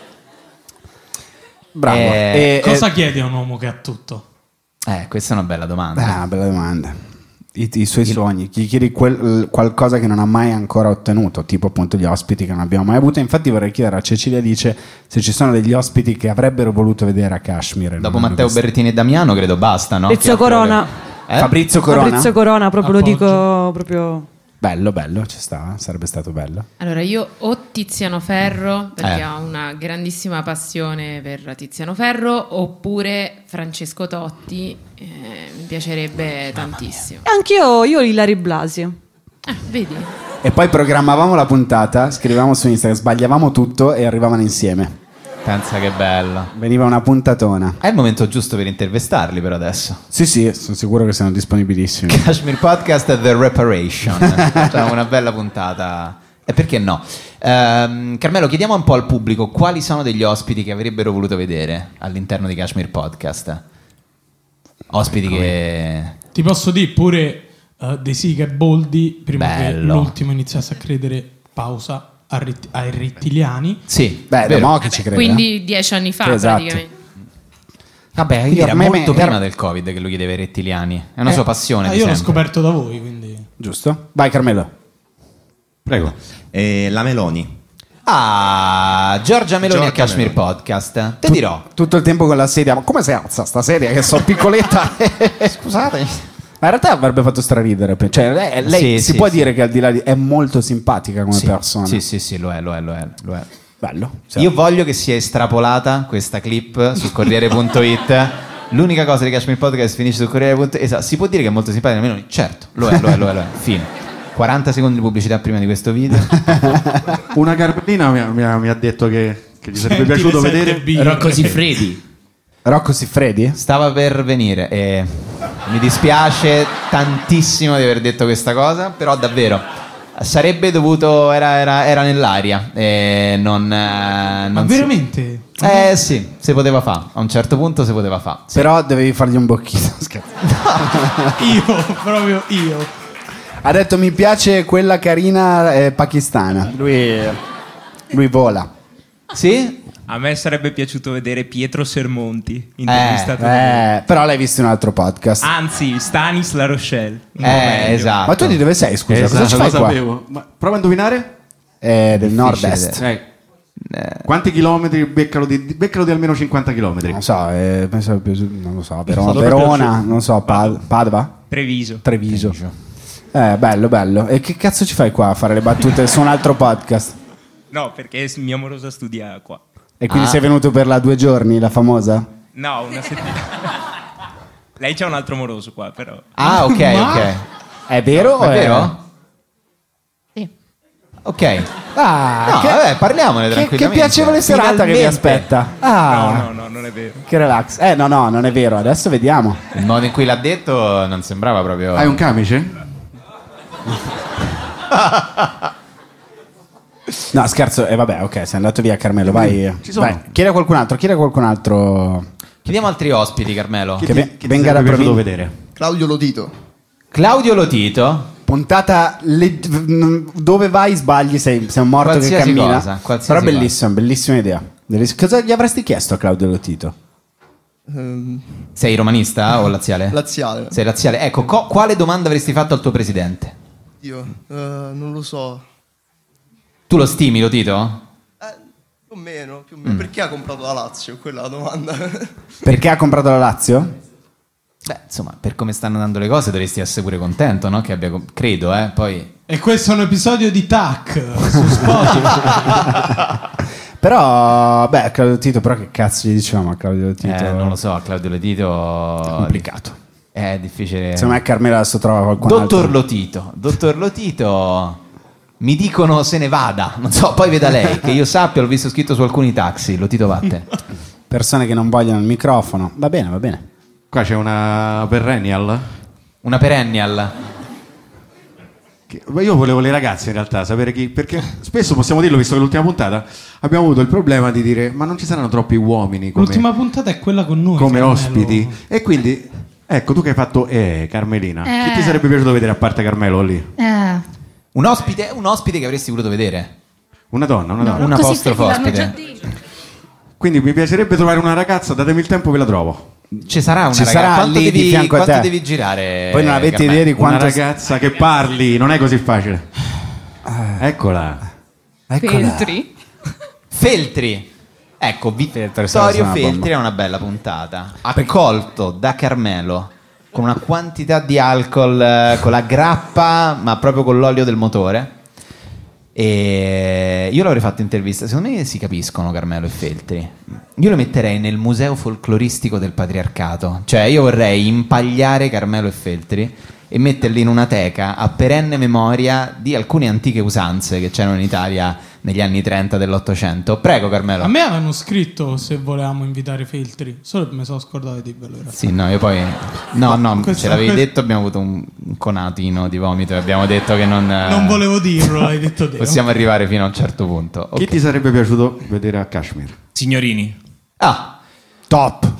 Bravo. Eh, E- Cosa e- chiede a un uomo che ha tutto? Eh, questa è una bella domanda. Ah, bella domanda. I, i suoi sogni, gli chiedi quel- qualcosa che non ha mai ancora ottenuto, tipo appunto gli ospiti che non abbiamo mai avuto. Infatti vorrei chiedere a Cecilia Dice se ci sono degli ospiti che avrebbero voluto vedere a Kashmir. e non Dopo hanno Matteo visto. Berrettini e Damiano, credo basta, no? Fabrizio Che altro- Corona. Eh? Fabrizio Corona. Fabrizio Corona, proprio lo Appoggio. dico proprio. Bello, bello, ci sta, sarebbe stato bello. Allora, io o Tiziano Ferro, perché Eh. ho una grandissima passione per Tiziano Ferro, oppure Francesco Totti, eh, mi piacerebbe tantissimo. Anch'io, io Ilari Blasi. Ah, vedi? E poi programmavamo la puntata, scrivevamo su Instagram, sbagliavamo tutto e arrivavano insieme. Pensa che bello. Veniva una puntatona. È il momento giusto per intervistarli per adesso. Sì, sì, sono sicuro che siano disponibilissimi. Kashmir Podcast The Reparation. Cioè, una bella puntata. E perché no? Ehm, Carmelo, chiediamo un po' al pubblico quali sono degli ospiti che avrebbero voluto vedere all'interno di Kashmir Podcast. Ospiti che... Ti posso dire pure uh, De Sica e Boldi, prima Bello. che l'ultimo iniziasse a credere, pausa, a ret- ai rettiliani. Sì, Beh, da vero. mo' che ci crede. Quindi dieci anni fa, Sì, esatto. praticamente. Vabbè, Quindi io era a me- molto era- prima del Covid che lui chiedeva ai rettiliani. È una Eh, sua passione. ah, di io l'ho sempre. scoperto da voi, quindi... Giusto? Vai Carmelo. Prego. Eh, la Meloni. Ah, Giorgia Meloni Giorgia a Kashmir Meloni. Podcast. Te dirò. Tutto il tempo con la sedia. Ma come si alza sta sedia che so piccoletta? Scusate. Ma in realtà avrebbe fatto straridere. Cioè, lei, lei Sì, si sì, può sì. dire che al di là di... è molto simpatica come Sì, persona. sì, sì, sì, lo è, lo è, lo è. Lo è. Bello. Sì. Io voglio che sia estrapolata questa clip su Corriere punto it. L'unica cosa di Kashmir Podcast finisce su Corriere punto it. Esatto, si può dire che è molto simpatica Meloni? Certo, lo è, lo è, lo è, lo è. Fine. quaranta secondi di pubblicità prima di questo video. Una carpellina mi ha, mi ha- mi ha detto che, che gli sarebbe Senti piaciuto le sette vedere birre. Rocco Siffredi. Rocco Siffredi? Stava per venire e mi dispiace tantissimo di aver detto questa cosa, però davvero sarebbe dovuto, era, era, era nell'aria e non, eh, non Ma si- veramente? Eh sì, si poteva fare, a un certo punto si poteva fare. Però dovevi fargli un bocchino. Scherzo. Io, proprio io. Ha detto mi piace quella carina eh, pakistana. Lui, lui vola. Sì? A me sarebbe piaciuto vedere Pietro Sermonti Eh, intervistato da voi. eh, però l'hai visto in un altro podcast. Anzi, Stanis La Rochelle. un po' Eh, meglio. esatto. Ma tu di dove sei, scusa? Esatto, Cosa ci fai lo qua? sapevo. Ma prova a indovinare? Eh, del Difficile. nord-est. Eh, Quanti chilometri beccano di, beccano di almeno cinquanta chilometri? Non so, eh, penso, non lo so, Verona, stato Verona piaciuto. non so, Pa- Padova? Treviso. Treviso. Eh, bello, bello. E che cazzo ci fai qua a fare le battute su un altro podcast? No, perché mia amorosa studia qua. E quindi Ah. sei venuto per la due giorni, la famosa? No, una settimana. Lei c'ha un altro amoroso qua, però. Ah, ok, Ma- ok. È vero? o È vero? Sì. Ok. Ah, No, che, vabbè, parliamone che- tranquillamente. che piacevole serata che mi Finalmente. aspetta. Ah, No, no, no, non è vero. che relax. Eh, no, no, non è vero. Adesso vediamo. Il modo in cui l'ha detto non sembrava proprio... Hai un camice? No, scherzo. E eh, vabbè, ok, sei andato via, Carmelo. Vai, Ci sono. vai. Chiedi a qualcun altro, chiedi a qualcun altro Chiediamo altri ospiti, Carmelo. che, ve- Che ti venga da sarebbe piaciuto provincia. vedere? Claudio Lotito. Claudio Lotito. Puntata le- dove vai sbagli, sei, sei un morto Qualsiasi che cammina. cosa, qualsiasi Però bellissima, bellissima idea. Belliss- Cosa gli avresti chiesto a Claudio Lotito? Ehm, Sei romanista o laziale? laziale. Sei laziale. Ecco, co- quale domanda avresti fatto al tuo presidente? Io eh, non lo so. Tu lo stimi, Lotito? Più o meno, più o meno. Mm. Perché ha comprato la Lazio? Quella è la domanda. Perché ha comprato la Lazio? Beh, insomma, per come stanno andando le cose dovresti essere pure contento, no? Che abbia, credo, eh, poi... E questo è un episodio di T A C su Spotify. Però, beh, Claudio Tito, però che cazzo gli diciamo a Claudio Tito? Eh, non lo so, a Claudio Lotito... È complicato. È difficile. Secondo me Carmela adesso trova qualcuno Dottor altro. Lotito, Dottor Lotito... Mi dicono se ne vada, non so, poi veda lei, che io sappia, l'ho visto scritto su alcuni taxi, Lotito vatte. Persone che non vogliono il microfono. Va bene, va bene. Qua c'è una perennial. Una perennial. Che- ma io volevo le ragazze in realtà sapere chi, perché spesso possiamo dirlo, visto che l'ultima puntata abbiamo avuto il problema di dire ma non ci saranno troppi uomini come, L'ultima puntata è quella con noi. come Carmelo. ospiti e quindi ecco tu che hai fatto eh Carmelina, Eh. chi ti sarebbe piaciuto vedere a parte Carmelo lì? Eh. Un ospite, un ospite che avresti voluto vedere. Una donna, una donna. Un Così apostrofo l'hanno già ospite. detto. Quindi mi piacerebbe trovare una ragazza, datemi il tempo, ve la trovo. Ci sarà una Ci ragazza. sarà Quanto, lì di devi, fianco a quanto te. devi girare? Poi non avete Carmelo? idea di Una quanto ragazza che parli, non è così facile. Eccola. Feltri. Feltri. Ecco, Feltri, Vittorio sarà una Feltri bomba. è una bella puntata. Accolto da Carmelo con una quantità di alcol, eh, con la grappa, ma proprio con l'olio del motore. E io l'avrei fatto intervista. Secondo me si capiscono Carmelo e Feltri. Io lo metterei nel museo folcloristico del patriarcato. Cioè io vorrei impagliare Carmelo e Feltri e metterli in una teca a perenne memoria di alcune antiche usanze che c'erano in Italia negli anni trenta dell'Ottocento. Prego Carmelo. A me avevano scritto se volevamo invitare Feltri, solo che mi sono scordato di dirvelo. in realtà. Sì, no, io poi... No, no, Questo- ce l'avevi questo- detto, abbiamo avuto un, un conatino di vomito e abbiamo detto che non... eh, Non volevo dirlo, l'hai detto te. Possiamo arrivare fino a un certo punto. Chi Ok. ti sarebbe piaciuto vedere a Kashmir? Signorini. Ah, top.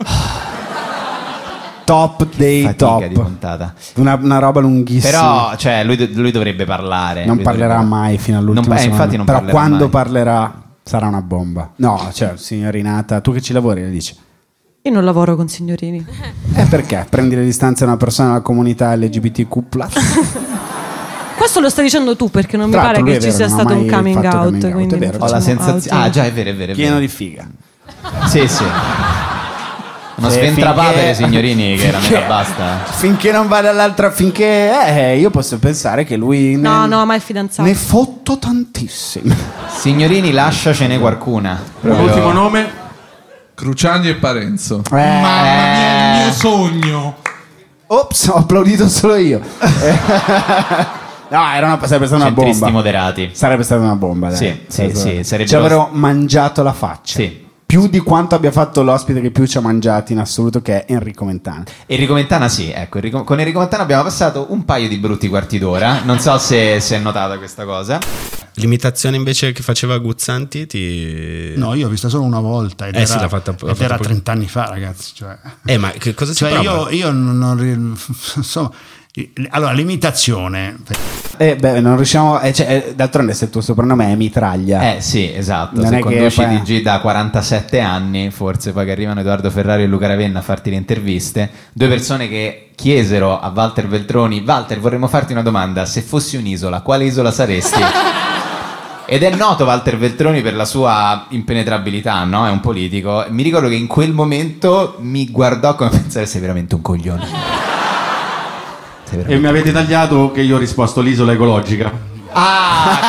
Top dei fatica top. di puntata. Una, una roba lunghissima. Però, cioè, lui, lui dovrebbe parlare. non Lui parlerà dovrebbe- mai fino all'ultimo Non- eh, secondo infatti me. non Però parlerà quando mai. parlerà sarà una bomba. No, cioè, signorinata, tu che ci lavori le dici? Io non lavoro con signorini. Eh perché? Prendi le distanze da una persona della comunità L G B T Q plus? Questo lo stai dicendo tu perché non mi Tra pare l'altro lui che è ci vero, sia non ha stato un mai coming fatto out. coming out, Quindi è vero. non Ho la facciamo sensazione... outing. Ah, già, è vero, è vero. È Pieno vero. di figa. Sì, sì. Uno Eh, sventrapapere, finché- signorini, che era metà basta. Finché non va dall'altra, finché eh, io posso pensare che lui No, ne, no, ma è fidanzato. ne fotto tantissime. Signorini, lasciacene qualcuna. Proprio- Ultimo nome? Cruciani e Parenzo. Eh, Mamma mia, il mio sogno. Ops, ho applaudito solo io. No, era una, sarebbe stata una Centristi bomba. moderati. Sarebbe stata una bomba, dai. Sì, sì, Sarebbe- sì, sarebbe Ci lo- avrò mangiato la faccia. Sì. Più di quanto abbia fatto l'ospite che più ci ha mangiati in assoluto, che è Enrico Mentana. Enrico Mentana sì, ecco, Enrico- con Enrico Mentana abbiamo passato un paio di brutti quarti d'ora, non so se se è notata questa cosa. L'imitazione invece che faceva Guzzanti ti... No, io ho vista solo una volta ed Eh era, sì, l'ha fatta- l'ha ed fatta era poco- trent'anni fa, ragazzi. Cioè, Eh, ma che cosa si cioè prova? io, io non, non ri- insomma, allora l'imitazione. Eh, beh, non riusciamo. Eh, cioè, eh, d'altronde, se il tuo soprannome è Mitraglia. Eh sì, esatto, Non se è che conduci poi- D G da quarantasette anni, forse poi che arrivano Edoardo Ferrari e Luca Ravenna a farti le interviste, due persone che chiesero a Walter Veltroni: Walter, vorremmo farti una domanda, se fossi un'isola, quale isola saresti? Ed è noto Walter Veltroni per la sua impenetrabilità, no? È un politico. Mi ricordo che in quel momento mi guardò come pensare: sei veramente un coglione. Sei veramente- E mi avete tagliato che io ho risposto l'isola ecologica. Ah,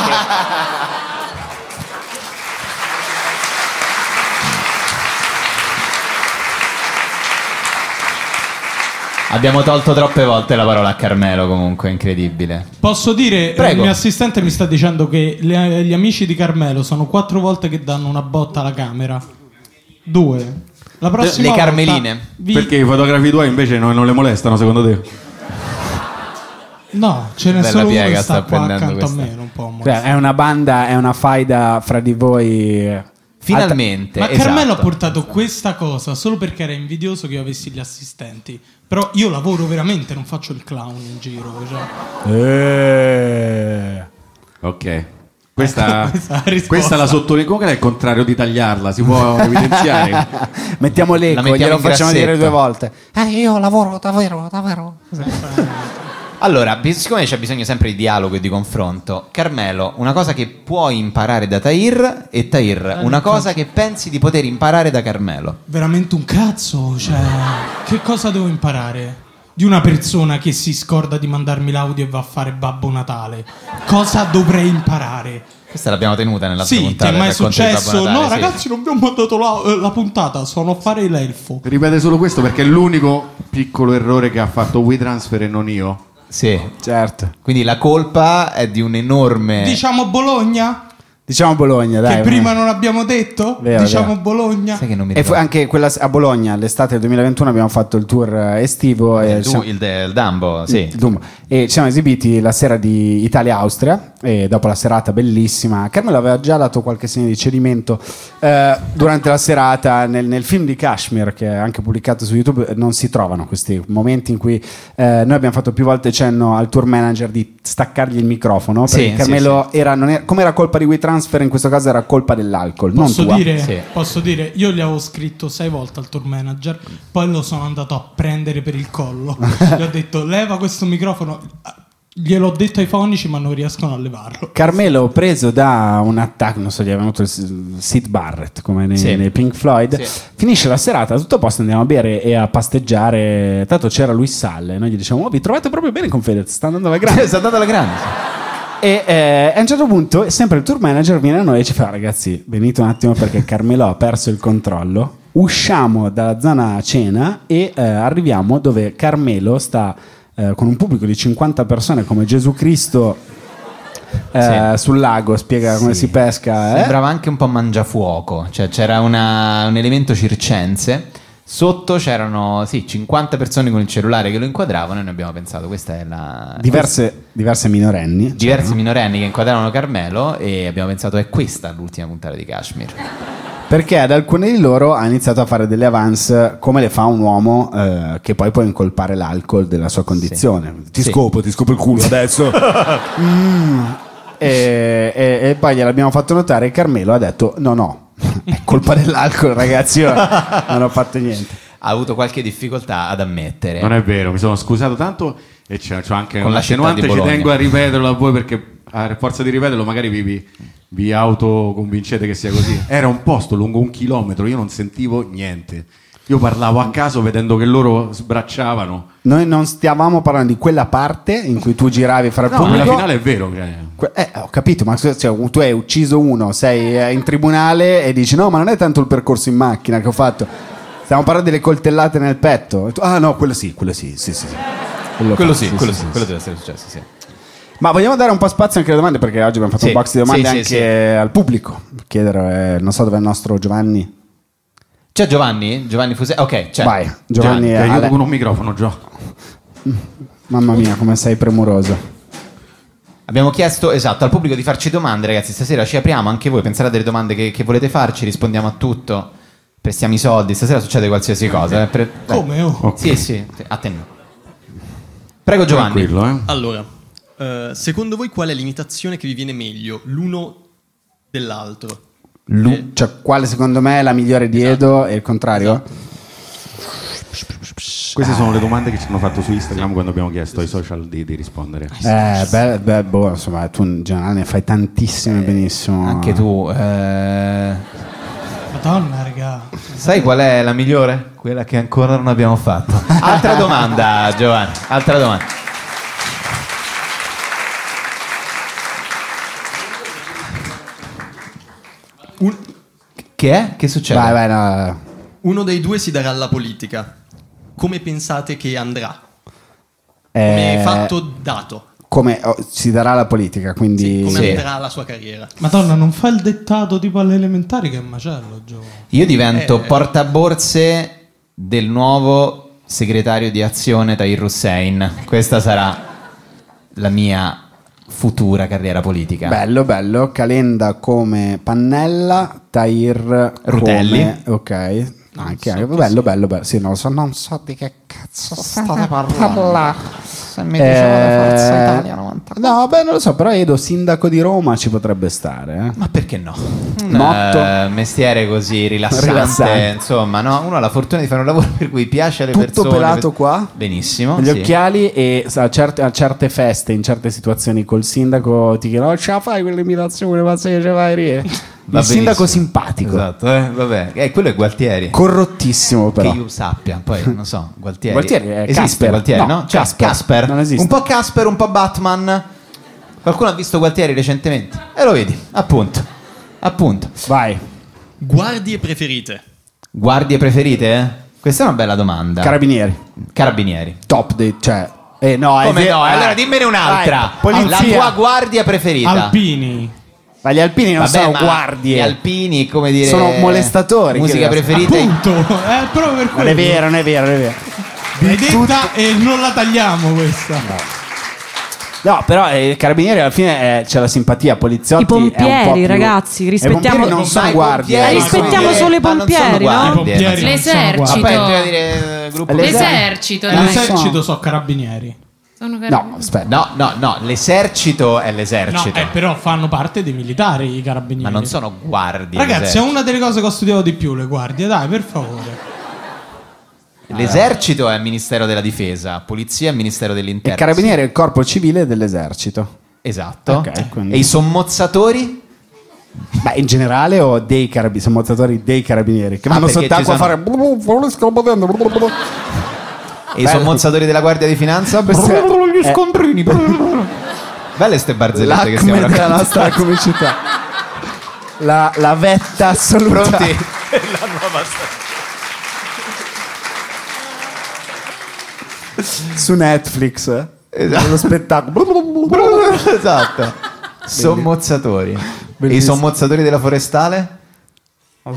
Abbiamo tolto troppe volte la parola a Carmelo, comunque, è incredibile. Posso dire, eh, Prego. il mio assistente mi sta dicendo che le- gli amici di Carmelo sono quattro volte che danno una botta alla camera. Due. La prossima Le volta Carmeline. vi- Perché i fotografi tuoi invece non, non le molestano, secondo te? No, ce n'è Bella solo uno piega che sta sta qua prendendo accanto questa. a me, non può Cioè, è una banda, è una faida fra di voi. Finalmente. Ma esatto. Carmelo ha portato questa cosa solo perché era invidioso che io avessi gli assistenti. Però io lavoro veramente, non faccio il clown in giro. Cioè. Eh. Ok. Questa, Questa è la risposta. questa la sottolineo. Comunque è il contrario di tagliarla, si può evidenziare. Mettiamo l'eco, La mettiamo glielo in facciamo dire grassetto. due volte. Eh, io lavoro davvero, davvero. Allora, siccome c'è bisogno sempre di dialogo e di confronto, Carmelo, una cosa che puoi imparare da Tahir, e Tahir, Eh, una cazzo. cosa che pensi di poter imparare da Carmelo. Veramente un cazzo, cioè, che cosa devo imparare? Di una persona che si scorda di mandarmi l'audio e va a fare Babbo Natale. Cosa dovrei imparare? Questa l'abbiamo tenuta nella Sì, ti puntata. è mai del racconto di Babbo successo? Natale, No, sì. ragazzi, non vi ho mandato la, la puntata, sono a fare l'elfo. Ripete solo questo perché è l'unico piccolo errore che ha fatto WeTransfer e non io. Sì, certo. Quindi la colpa è di un enorme... Diciamo Bologna? Diciamo Bologna, dai. Che prima non abbiamo detto? Vero, diciamo vero. Bologna. Sai che non mi E fu anche quella a Bologna, l'estate del duemilaventuno abbiamo fatto il tour eh, estivo. E il, siamo- il, il Dumbo, sì. il Dumbo. E ci siamo esibiti la sera di Italia-Austria e dopo la serata bellissima. Carmelo aveva già dato qualche segno di cedimento eh, durante la serata nel, nel film di Kashmir, che è anche pubblicato su YouTube. Non si trovano questi momenti in cui eh, noi abbiamo fatto più volte cenno al tour manager di staccargli il microfono, perché Sì, Carmelo era, non era, come era colpa di WeTransfer, in questo caso era colpa dell'alcol, Posso non tua. dire, posso dire, io gli avevo scritto sei volte al tour manager, poi lo sono andato a prendere per il collo. Gli ho detto leva questo microfono, gliel'ho detto ai fonici ma non riescono a levarlo. Carmelo, preso da un attacco, non so, gli è venuto il Sid Barrett come nei, Sì. nei Pink Floyd. Sì. Finisce la serata, tutto a posto, andiamo a bere e a pasteggiare. Tanto c'era Luis Salle, noi gli diciamo: oh, vi trovate proprio bene con Fedez, sta andando alla grande. sta andando alla grande. E eh, a un certo punto, sempre il tour manager viene a noi e ci fa: ragazzi, venite un attimo perché Carmelo ha perso il controllo. Usciamo dalla zona cena e eh, arriviamo dove Carmelo sta eh, con un pubblico di cinquanta persone come Gesù Cristo eh, sul lago, spiega come Sì. si pesca. eh. Sembrava anche un po' mangiafuoco, cioè c'era una- un elemento circense. Sotto c'erano sì, cinquanta persone con il cellulare che lo inquadravano e noi abbiamo pensato questa è la... Diverse, diverse minorenni. diversi c'erano. minorenni che inquadravano Carmelo e abbiamo pensato è questa l'ultima puntata di Kashmir. Perché ad alcuni di loro ha iniziato a fare delle avance come le fa un uomo eh, che poi può incolpare l'alcol della sua condizione. Ti Sì. scopo, ti scopo il culo adesso. Mm. E, e- e poi gliel'abbiamo fatto notare e Carmelo ha detto no no, è colpa dell'alcol ragazzi, io non ho fatto niente. Ha avuto qualche difficoltà ad ammettere. Non è vero, mi sono scusato tanto e c'è, c'ho anche Con un la città attenuante, di ci Bologna. tengo a ripeterlo a voi perché a forza di ripeterlo magari vi, vi, vi autoconvincete che sia così. Era un posto lungo un chilometro, io non sentivo niente. Io parlavo a caso vedendo che loro sbracciavano. Noi non stavamo parlando di quella parte in cui tu giravi fra il No, pubblico. alla finale è vero. Cioè. Que- Eh, ho capito, ma cioè, tu hai ucciso uno, sei eh, in tribunale e dici no, ma non è tanto il percorso in macchina che ho fatto. Stiamo parlando delle coltellate nel petto. E tu, ah no, quello sì, quello sì, sì, sì. sì. Quello fa- sì, quello sì, quello deve essere successo, sì. Ma vogliamo dare un po' spazio anche alle domande perché oggi abbiamo fatto Sì, un box di domande sì, sì, anche sì. al pubblico. Chiedere, eh, non so dove è il nostro Giovanni. C'è Giovanni? Giovanni Fuse? Ok, c'è. Vai, Giovanni. Ti eh, aiuto Ale- con un microfono, Gio. Mamma mia, come sei premuroso. Abbiamo chiesto, esatto, al pubblico di farci domande, ragazzi. Stasera ci apriamo, anche voi pensate a delle domande che, che volete farci, rispondiamo a tutto. Prestiamo i soldi, stasera succede qualsiasi cosa. eh, pre- dai. Come, oh? Sì, sì, a te no. Prego Giovanni. Tranquillo, eh. Allora, eh, secondo voi qual è l'imitazione che vi viene meglio l'uno dell'altro? Lu- cioè, quale secondo me è la migliore di Edo e il contrario? Queste sono le domande che ci hanno fatto su Instagram quando abbiamo chiesto ai social di, di rispondere. Eh, beh, beh, boh, insomma, tu in generale ne fai tantissime benissimo. Anche tu. eh, Madonna, raga. Sai qual è la migliore? Quella che ancora non abbiamo fatto. Altra domanda, Giovanni. Altra domanda. Un- Che è? Che succede? Vai, vai, no. Uno dei due si darà alla politica. Come pensate che andrà? Eh, Come fatto dato? come oh, si darà la politica, quindi Come Sì. andrà la sua carriera? Madonna, non fa il dettato tipo alle elementari che è un macello, Gio. Io divento Eh. portaborse del nuovo segretario di azione Tahir Hussein. Questa sarà la mia futura carriera politica. bello, bello. Calenda come Pannella, Tahir Rutelli. come- ok. Anche, anche- bello, bello, bello. Sì, non lo so, non so di che cazzo state parlando? Se mi dicevate Forza Eh, Italia novanta. No, beh, non lo so, però Edo, sindaco di Roma, ci potrebbe stare. Eh. Ma perché no? Un Motto. eh, mestiere così rilassante, Rilassante. insomma, no? Uno ha la fortuna di fare un lavoro per cui piace alle Tutto persone. pelato qua, Benissimo. gli sì. occhiali e sa, a, certe, a certe feste, in certe situazioni col sindaco ti chiedono: "Oh, ce la fai quell'imitazione, ma se ce fai rie?" Il Va sindaco benissimo. simpatico. Esatto, eh, vabbè. Eh, quello è Gualtieri. Corrottissimo, però. Che io sappia, poi non so, Gualtieri. Gualtieri è Esiste Casper. Gualtieri, No, no? Cioè, Casper. Casper. Non esiste. Un po' Casper, un po' Batman. Qualcuno ha visto Gualtieri recentemente? E lo vedi, appunto. Appunto. Vai. Guardie preferite? Guardie preferite? eh? Questa è una bella domanda. Carabinieri. Carabinieri. Top dei, cioè eh, no, è Come vero, no? eh. Allora dimmene un'altra. Vai, La polizia. tua guardia preferita. Alpini. Ma gli alpini non Vabbè, sono ma guardie. Gli alpini, come dire, Sono molestatori. Musica che- preferita. Appunto, è proprio per Non quello. è vero, non è vero, non è vero. L'hai detta e non la tagliamo questa. No, però eh, carabinieri alla fine eh, c'è la simpatia, poliziotti I pompieri, è un po' più- ragazzi, I rispettiamo- pompieri non sono Ma i guardie. pompieri, Eh, rispettiamo come dire, solo i ma non sono pompieri, no? guardie. I pompieri non sono L'esercito. guardie. Ma poi bisogna dire eh, gruppo L'esercito, dai. L'esercito so carabinieri. Sono No, carabinieri. aspetta. No, no, no, l'esercito è No, l'esercito. eh, però fanno parte dei militari i carabinieri. Ma non sono guardie. Ragazzi, è l'esercito. una delle cose che ho studiato di più, le guardie, dai, per favore. L'esercito è il Ministero della Difesa, polizia è il Ministero Il dell'Interno. carabinieri è il corpo civile dell'esercito. Esatto. Ok, quindi- E i sommozzatori? Beh, in generale o dei carabinieri, sommozzatori dei carabinieri che Ah, vanno perché sott'acqua a ci fare E i Bello. sommozzatori della Guardia di Finanza? Queste- Gli eh. scontrini. Belle ste barzellette che stiamo l'acme della raccontando. nostra comicità. La, la vetta assoluta. Pronti? La nuova Su Netflix. eh? Esatto. Lo spettacolo. Esatto. Sommozzatori. E i Bellissimo. sommozzatori della forestale? Ah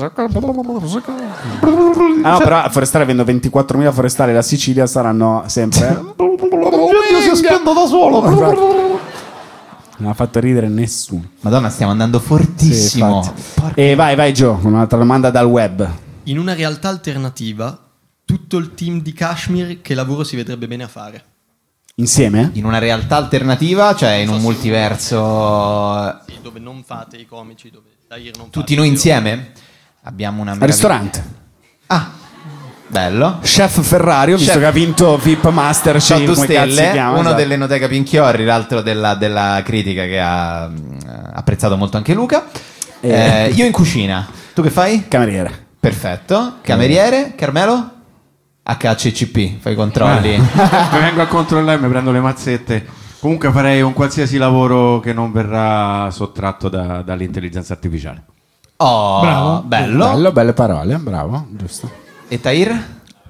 no, però a forestale avendo ventiquattromila forestali la Sicilia saranno sempre. Io si spendo da solo. Non ha fatto ridere nessuno. Madonna, stiamo andando fortissimo. Sì, infatti. E vai, vai Gio, un'altra domanda dal web. In una realtà alternativa, tutto il team di Kashmir che lavoro si vedrebbe bene a fare? Insieme? In una realtà alternativa, cioè in un multiverso. Sì, dove non fate i comici, dove Tahir non Tutti fate noi io. insieme? Abbiamo una Al ristorante. Ah, bello. Chef Ferrario, visto Chef- che ha vinto V I P Masterchef, Otto come cazzo si stelle, chiama, uno esatto. dell'Enoteca Pinchiorri, l'altro della, della critica che ha mm, apprezzato molto anche Luca. Eh. Eh, io in cucina. Tu che fai? Cameriere. Perfetto. Cameriere, Carmelo? H C C P, fai i controlli. Mi vengo a controllare, mi prendo le mazzette. Comunque farei un qualsiasi lavoro che non verrà sottratto da- dall'intelligenza artificiale. Oh, Bravo. bello. Bello, belle parole, bravo, giusto. E Tahir?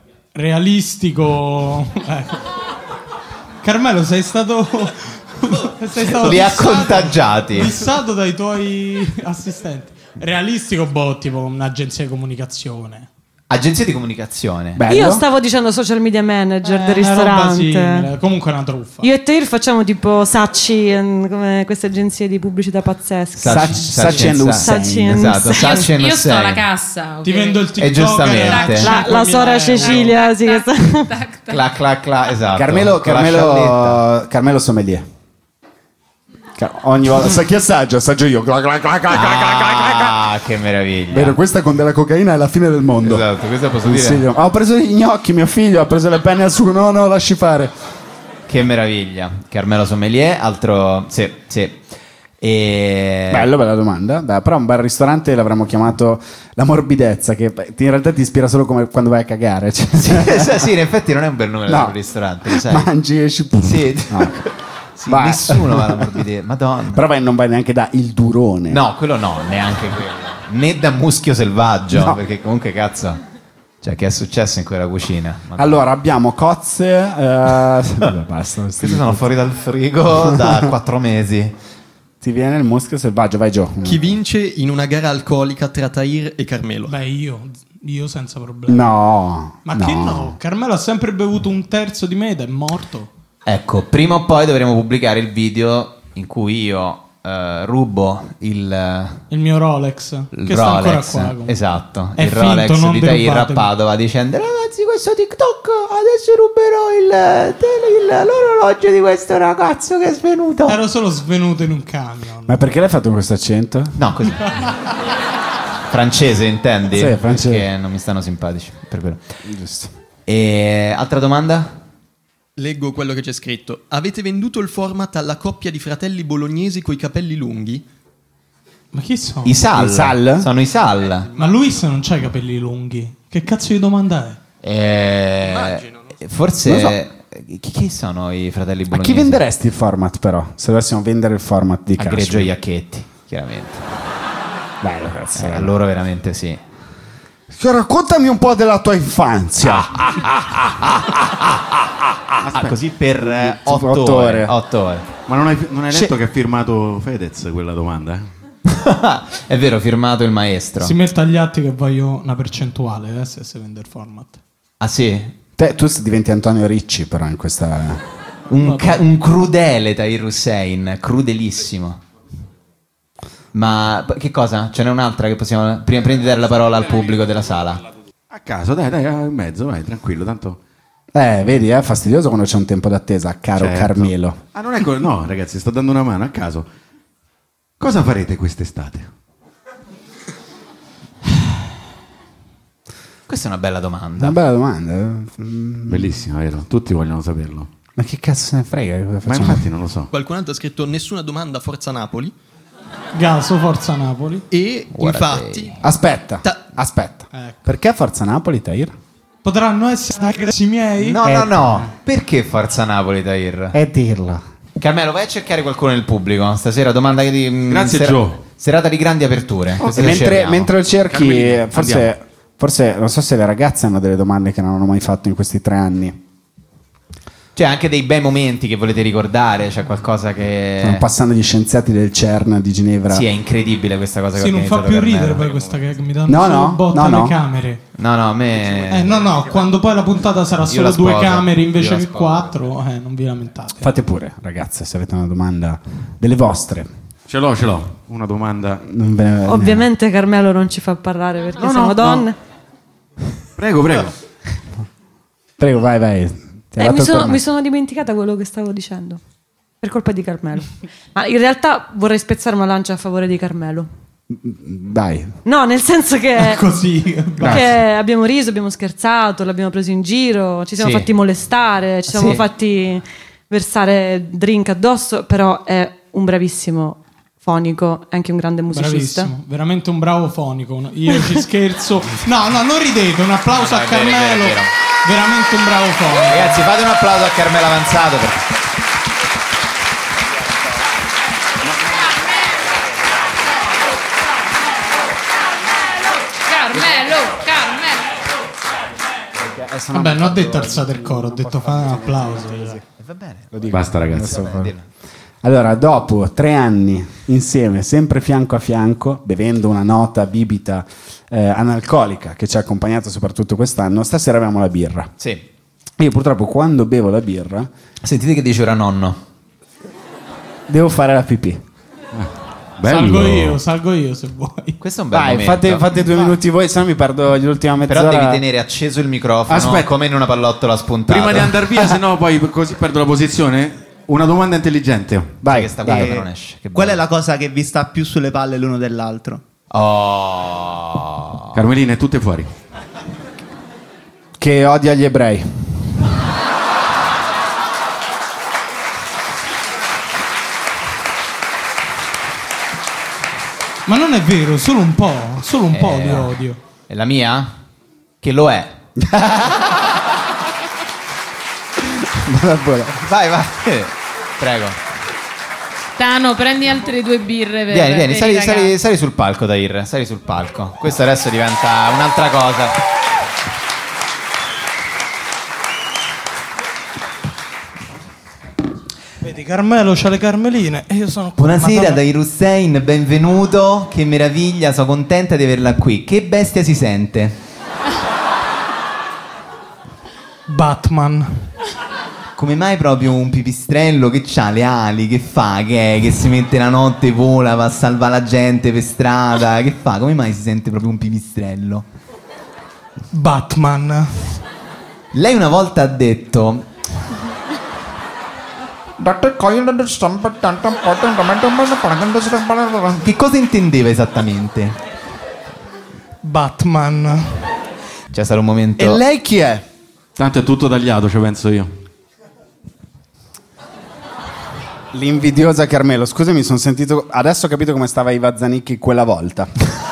Realistico. Ecco. Carmelo, sei stato. sei stato Li ha fissato- contagiati. Fissato dai tuoi assistenti. Realistico, boh, tipo un'agenzia di comunicazione. Agenzia di comunicazione. Io stavo dicendo social media manager del Eh, una roba ristorante. simile. Comunque è una truffa. Io e Tahir facciamo tipo Sacci, ehm, come queste agenzie di pubblicità pazzesche. Sacci- Sacci and Hussein. Sacci and Esatto, Hussein. Sacci and Io sto alla Hussein. cassa. ok? Ti vendo il TikTok. E giustamente. La, la sora Cecilia, sì, che sta- Clac clac clac, esatto. Carmelo, Con la scialletta. Carmelo, Carmelo sommelier. Car- ogni volta sa chi assaggio, assaggio io. Cla, cla, cla, cla, cla, cla, cla, cla. Ah, che meraviglia. Vero, questa con della cocaina è la fine del mondo. Esatto, questo posso Consiglio. dire. Ah, ho preso i gnocchi, mio figlio ha preso le penne al sugo. No, no, lasci fare. Che meraviglia. Carmelo Sommelier, altro. Sì, sì. E... Bello, bella domanda. Beh, però un bel ristorante l'avremmo chiamato la morbidezza, che beh, in realtà ti ispira solo come quando vai a cagare. Cioè, sì, sì, in effetti non è un bel nome No. del ristorante, lo sai. mangi e esci. Sì. No. Sì, Vai. nessuno va alla morbidezza. Madonna. Però vai- non vai neanche da il durone. No, quello no, neanche quello. Né da muschio selvaggio, No. perché comunque cazzo. Cioè, che è successo in quella cucina? Madonna. Allora abbiamo cozze. eh, vabbè, basta. Questi sono fuori dal frigo da quattro mesi. Ti viene il muschio selvaggio, vai Gio. Chi vince in una gara alcolica tra Tahir e Carmelo? Beh, io, io senza problemi. No. Ma no. che no? Carmelo ha sempre bevuto un terzo di me ed è morto. Ecco, prima o poi dovremo pubblicare il video in cui io eh, rubo il, Il mio Rolex, il che sta ancora Rolex, qua. comunque. esatto, È il finto, Rolex non di Tahir a derubatemi. Padova dicendo ragazzi questo TikTok adesso ruberò il, il- l'orologio di questo ragazzo che è svenuto. Ero solo svenuto in un camion. Ma perché l'hai fatto questo accento? No, così. Francese intendi? Sì, francese. Perché non mi stanno simpatici per quello. Giusto. E altra domanda? Leggo quello che c'è scritto. Avete venduto il format alla coppia di fratelli bolognesi coi capelli lunghi? Ma chi sono? I Sal, I Sal? sono i Sal. Ma Luis non c'ha i capelli lunghi. Che cazzo di domanda è? Eh, forse Non so. chi, chi sono i fratelli A bolognesi? chi venderesti il format però? Se dovessimo vendere il format di A Cashmere. Greggio Iacchetti, chiaramente. Bello, cazzo. Eh, a loro veramente sì. Raccontami un po' della tua infanzia. Ah, così per eh, Tipo otto, otto ore. ore. otto ore. Ma non hai, non hai C'è- letto che ha firmato Fedez quella domanda? eh? È vero, firmato il maestro. Si mette agli atti che voglio una percentuale eh, se si vende il format. Ah sì? Te, tu diventi Antonio Ricci però in questa... Un, ca- un crudele Tahir Hussein, crudelissimo. Ma p- che cosa? Ce n'è un'altra che possiamo... Prima, prima di dare la parola al pubblico della sala. A caso, dai, dai, in mezzo, vai, tranquillo, tanto... Eh, vedi, è fastidioso quando c'è un tempo d'attesa, caro Certo. Carmelo. Ah, non è co- no, ragazzi, sto dando una mano a caso. Cosa farete quest'estate? Questa è una bella domanda. Una bella domanda. Mm, Bellissimo, vero? Tutti vogliono saperlo. Ma che cazzo se ne frega? Cosa Ma facciamo? infatti non lo so. Qualcun altro ha scritto nessuna domanda, Forza Napoli. Gaso, Forza Napoli. E Guarda infatti... te. Aspetta, Ta- aspetta. Ecco. Perché Forza Napoli, Tahir? Potranno essere ragazzi miei? No, Eh, no, no. Perché Forza Napoli, Tahir? E dirlo. Carmelo, vai a cercare qualcuno nel pubblico. Stasera domanda che di... mm, Grazie, Joe. Serata di grandi aperture. Così le mentre, scegliamo. mentre lo cerchi, Carmelina, forse, andiamo. forse non so se le ragazze hanno delle domande che non hanno mai fatto in questi tre anni. C'è anche dei bei momenti che volete ricordare. C'è qualcosa che... Stanno passando gli scienziati del CERN di Ginevra. Sì, è incredibile questa cosa che Sì, ha non fa organizzato più Carmelo. ridere poi questa che mi danno No, solo no, botte no, alle no. camere. No, no, a me... Eh no, no, quando poi la puntata sarà Io solo la due sposo, camere io invece la che sposo. quattro, eh, non vi lamentate. Fate pure, ragazze, se avete una domanda delle vostre. Ce l'ho, ce l'ho. Una domanda. Non ve ne- Ovviamente Carmelo non ci fa parlare perché No, siamo no, donne. Prego, prego. Prego, vai, vai. Ti ha Eh, dato mi, il sono, tormento. mi sono dimenticata quello che stavo dicendo. Per colpa di Carmelo. Ma in realtà vorrei spezzare una lancia a favore di Carmelo. Dai. No, nel senso che, Così. che abbiamo riso, abbiamo scherzato, l'abbiamo preso in giro, ci siamo Sì. fatti molestare, ci siamo Sì. fatti versare drink addosso, però è un bravissimo fonico, è anche un grande musicista. Bravissimo, veramente un bravo fonico. Io ci scherzo. No, no, non ridete, un applauso No, a è vero, è vero, Carmelo. è vero. Veramente un bravo fonico. Ragazzi, fate un applauso a Carmelo Avanzato. perché- Carmelo, Carmelo. Vabbè, non ho detto alzate il coro, ho detto fate un applauso. Va bene. Lo dico. Basta, ragazzi. Adesso fa- Allora, dopo tre anni insieme, sempre fianco a fianco, bevendo una nota bibita eh, analcolica che ci ha accompagnato soprattutto quest'anno, stasera abbiamo la birra. Sì. Io purtroppo quando bevo la birra Sentite che dice ora nonno. devo fare la pipì. Bello. Salgo io, salgo io se vuoi. Questo è un bel Vai, momento. fate, fate due minuti voi, se no mi perdo l'ultima mezz'ora. Però devi tenere acceso il microfono Aspetta. come in una pallottola spuntata. Prima di andare via, se no poi così perdo la posizione. Una domanda intelligente. Vai, che sta dai. buono, non esce. Che Qual è bello. la cosa che vi sta più sulle palle l'uno dell'altro? Oh. Carmelina, è tutte fuori. Che odia gli ebrei. Ma non è vero, solo un po', solo un po' Eh, di odio. È la mia? Che lo è. Vai, vai. Prego. Tano, prendi altre due birre per Vieni, vieni, per i sali, ragazzi. sali, sali sul palco, Tahir. Sali sul palco. Questo adesso diventa un'altra cosa. Vedi, Carmelo c'ha le carmeline e io sono qua. Buonasera, Madonna. Tahir Hussein, benvenuto. Che meraviglia, sono contenta di averla qui. Che bestia si sente? Batman. come mai proprio un pipistrello che ha le ali, che fa, che è, che si mette la notte, vola, va a salvare la gente per strada, che fa? Come mai si sente proprio un pipistrello? Batman. Lei una volta ha detto... Che cosa intendeva esattamente? Batman. C'è stato un momento... E lei chi è? Tanto è tutto tagliato, ci penso io. L'invidiosa Carmelo. Scusami, mi sono sentito... Adesso ho capito come stava Iva Zanicchi quella volta.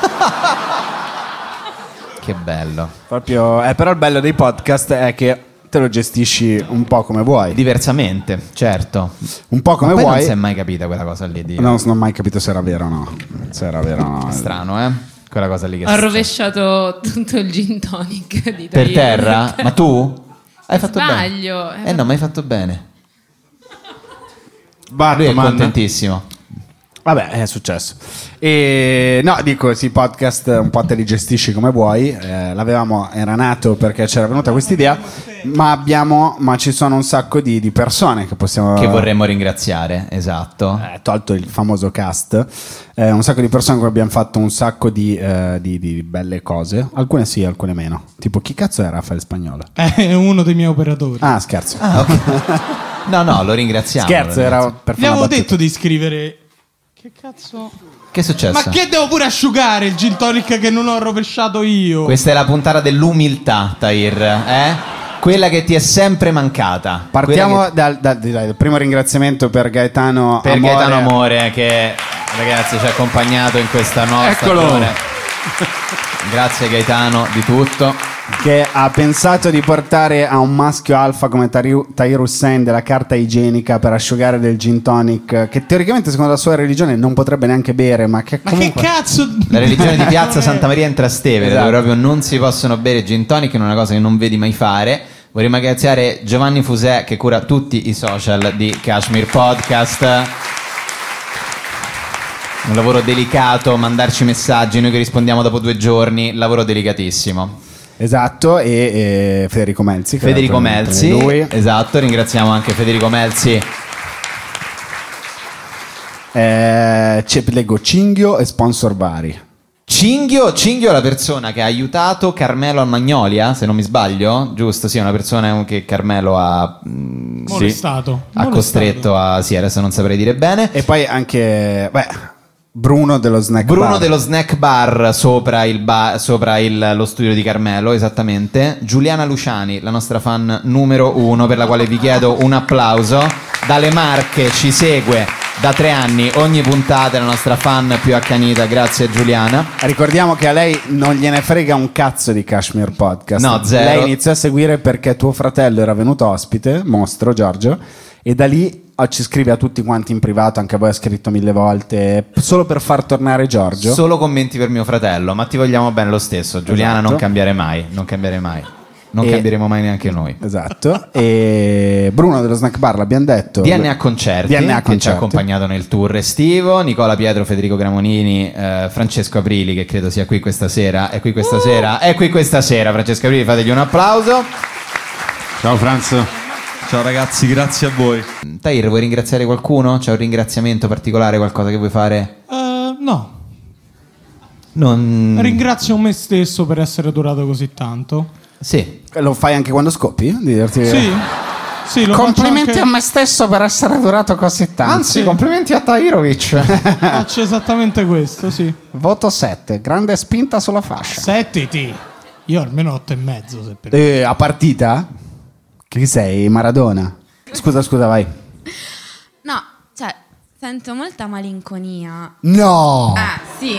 Che bello. Proprio... Eh, però il bello dei podcast è che te lo gestisci un po' come vuoi. Diversamente, certo. Un po' come Ma poi vuoi. non si è mai capita quella cosa lì di... No, non ho mai capito se era vero o no. Se era vero o no. Strano, eh? Quella cosa lì che... Ho rovesciato tutto il gin tonic di Per Tahir. terra? Ma tu? Hai fatto Sbaglio. bene. Eh no, ma hai fatto bene. Batman. Lui è contentissimo. Vabbè, è successo. E no, dico, sì, podcast un po' te li gestisci come vuoi. Eh, l'avevamo, era nato perché c'era venuta questa idea, ma abbiamo, ma ci sono un sacco di, di persone che possiamo... Che vorremmo ringraziare, esatto. Eh, tolto il famoso cast, eh, un sacco di persone con cui abbiamo fatto un sacco di, eh, di, di belle cose. Alcune sì, alcune meno. Tipo, chi cazzo è Raffaele Spagnola? È uno dei miei operatori. Ah, scherzo. Ah, ok. No, no, lo ringraziamo. Scherzo, lo era ringraziamo. per Gli fare una avevo battuta. detto di scrivere. Che cazzo? Che è successo? Ma che devo pure asciugare il gin tonic che non ho rovesciato io? Questa è la puntata dell'umiltà, Tahir, eh? Quella che ti è sempre mancata. Partiamo Quella che- dal, dal- dal- dal primo ringraziamento per Gaetano per Amore. Gaetano Amore che, ragazzi, ci ha accompagnato in questa nuova Eccolo. stagione. Grazie Gaetano di tutto. Che ha pensato di portare a un maschio alfa come Tahir Tahir Hussein della carta igienica per asciugare del gin tonic, che teoricamente secondo la sua religione non potrebbe neanche bere, ma che Ma comunque... che cazzo? La religione di Piazza Santa Maria in Trastevere, Esatto. dove proprio non si possono bere gin tonic, è una cosa che non vedi mai fare. Vorrei ringraziare Giovanni Fusè che cura tutti i social di Kashmir Podcast. Un lavoro delicato, mandarci messaggi, noi che rispondiamo dopo due giorni, lavoro delicatissimo. Esatto, e, e Federico Melzi. che Federico era tra Melzi, lui. esatto, ringraziamo anche Federico Melzi. Eh, c'è, leggo Cinghio e sponsor vari. Cinghio, Cinghio è la persona che ha aiutato Carmelo a Magnolia, se non mi sbaglio, giusto? Sì, è una persona che Carmelo ha, mm, sì, Molestato. ha costretto a... Sì, adesso non saprei dire bene. E poi anche beh, Bruno dello snack Bruno bar. dello snack bar sopra, il ba- sopra il- lo studio di Carmelo, esattamente. Giuliana Luciani, la nostra fan numero uno, per la quale vi chiedo un applauso. Dalle Marche ci segue da tre anni, ogni puntata è la nostra fan più accanita. Grazie Giuliana. Ricordiamo che a lei non gliene frega un cazzo di Kashmir Podcast. No, zero. Lei iniziò a seguire perché tuo fratello era venuto ospite, mostro Giorgio, e da lì oh, ci scrive a tutti quanti in privato, anche a voi ha scritto mille volte, solo per far tornare Giorgio. Solo commenti per mio fratello, ma ti vogliamo bene lo stesso. Giuliana, Esatto. non cambiare mai, non cambiare mai. Non E- cambieremo mai neanche noi. Esatto. E Bruno dello snack bar l'abbiamo detto. D N A Concerti, D N A che ci ha Concerti. accompagnato nel tour estivo, Nicola Pietro, Federico Gramonini, eh, Francesco Aprili, che credo sia qui questa sera, è qui questa sera, è qui questa sera, Francesco Aprili, fategli un applauso. Ciao Franz. Ciao ragazzi, grazie a voi. Tahir, vuoi ringraziare qualcuno? C'è un ringraziamento particolare, qualcosa che vuoi fare? Eh, no. Non... Ringrazio me stesso per essere durato così tanto. Sì. Lo fai anche quando scoppi? Di dirti... Sì. Sì, lo Complimenti faccio a me stesso per essere durato così tanto. Anzi, complimenti a Tahirovic. Faccio esattamente questo, sì. Voto sette, grande spinta sulla fascia. Settiti. Io almeno otto e mezzo. Se per... Eh, a partita? Che sei? Maradona? Scusa, scusa, vai. No, cioè, sento molta malinconia. No! Ah, sì.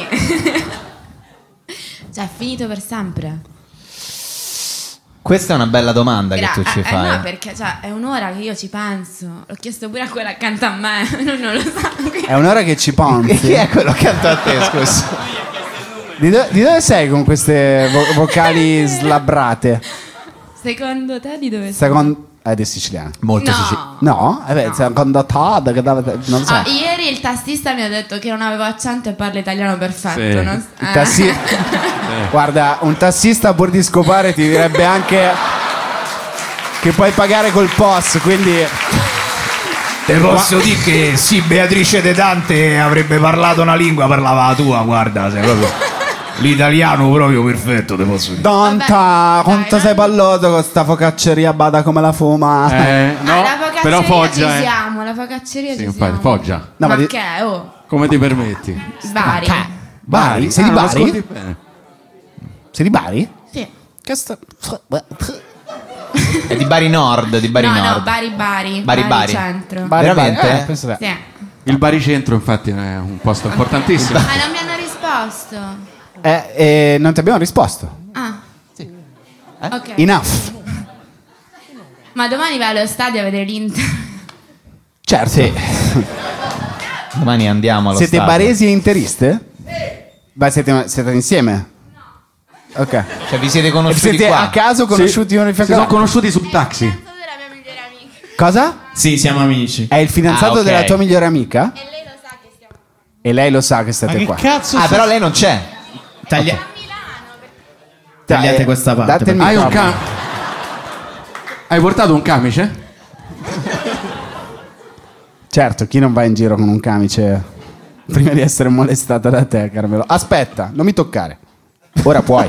Cioè, è finito per sempre. Questa è una bella domanda Gra- che tu ci eh, fai. eh, no, perché cioè, è un'ora che io ci penso. L'ho chiesto pure a quella accanto a me. Lui non lo sa. È un'ora che ci pensi. Chi è quello accanto a te, scusa? Di, do- di dove sei con queste vo- vocali slabbrate? Secondo te di dove sei? Secondo... Eh, di siciliano. Molto No. siciliano. No? Eh beh, No. secondo te, che dove- non so. Ah, ieri il tassista mi ha detto che non avevo accento e parla italiano perfetto. Sì. Non... Il eh. tassi- Guarda, un tassista pur di scopare ti direbbe anche che puoi pagare col P O S, quindi... Te posso dire che sì, Beatrice De Dante avrebbe parlato una lingua, parlava la tua, guarda, sei proprio l'italiano proprio perfetto, te posso dire. Donta, quanto sei palloso con sta focacceria bada come la fuma? Eh, no, la focacceria però Foggia, ci eh. siamo, la focacceria Sì, ci infatti, siamo. Foggia. Ma, No, ma di- che? Oh, Come ti permetti? Bari. Bari? Sei Ah, di non Bari? ascolti bene. Sei di Bari? Sì. Che sta... È di Bari Nord, di Bari no, Nord. no, Bari Bari. Bari Bari. Centro. Bari, Veramente? Bari. Eh, penso te. Sì. Il baricentro, infatti, è un posto importantissimo. Ma non mi hanno risposto. Eh, eh, non ti abbiamo risposto. Ah. Ok. Enough. Ma domani vai allo stadio a vedere l'Inter. Certo. Sì. Domani andiamo allo Siete stadio. baresi e interiste? Beh, siete, siete insieme? Ok. Cioè vi siete conosciuti Siete qua? a caso conosciuti uno di Si fianco sono all'altro? conosciuti sul taxi. Cosa? Sì, siamo amici. È il fidanzato Ah, ok. della tua migliore amica? E lei lo sa che Ma state che qua. cazzo Ah, sta- però lei non c'è. Taglia- Dai, Tagliate questa parte. date il per- Hai un microfono. cam... Hai portato un camice? Certo, chi non va in giro con un camice prima di essere molestata da te, Carmelo? Aspetta, non mi toccare. Ora puoi.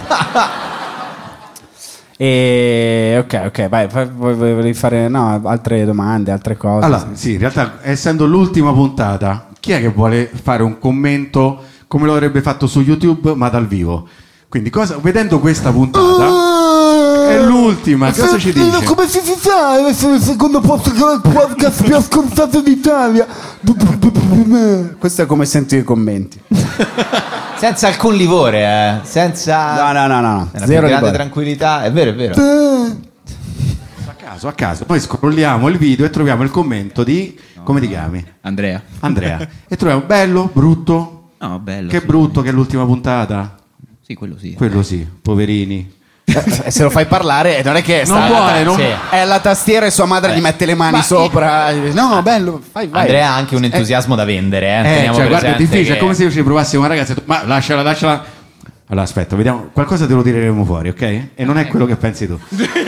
E ok, ok, vai, fai- vuoi- volevi fare no, altre domande, altre cose? Allora, sì, in realtà, essendo l'ultima puntata, chi è che vuole fare un commento come lo avrebbe fatto su YouTube, ma dal vivo? Quindi, cosa, vedendo questa puntata, è l'ultima, cosa ci dice? Come si fa a essere il secondo posto che il podcast più ascoltato d'Italia? Questo è come sento i commenti. Senza alcun livore, eh. Senza... No, no, no, no. Nella Zero più grande livore. tranquillità. È vero, è vero. A caso, a caso. Poi scrolliamo il video e troviamo il commento di... Come ti chiami? Andrea. Andrea. E troviamo bello, brutto. No, bello. Che sì. brutto che è l'ultima puntata. Sì, quello sì. Quello sì, poverini. E se lo fai parlare, non è che Non vuole, non- Sì. È alla tastiera e sua madre gli mette le mani Ma- sopra. No, bello, vai, vai. Andrea ha anche un entusiasmo da vendere, eh. Eh, Teniamo cioè, guarda, è presente difficile, che- è come se io ci provassi una ragazza e tu, ma lasciala, lasciala. Allora, aspetta, vediamo, qualcosa te lo tireremo fuori, ok? E non è quello che pensi tu.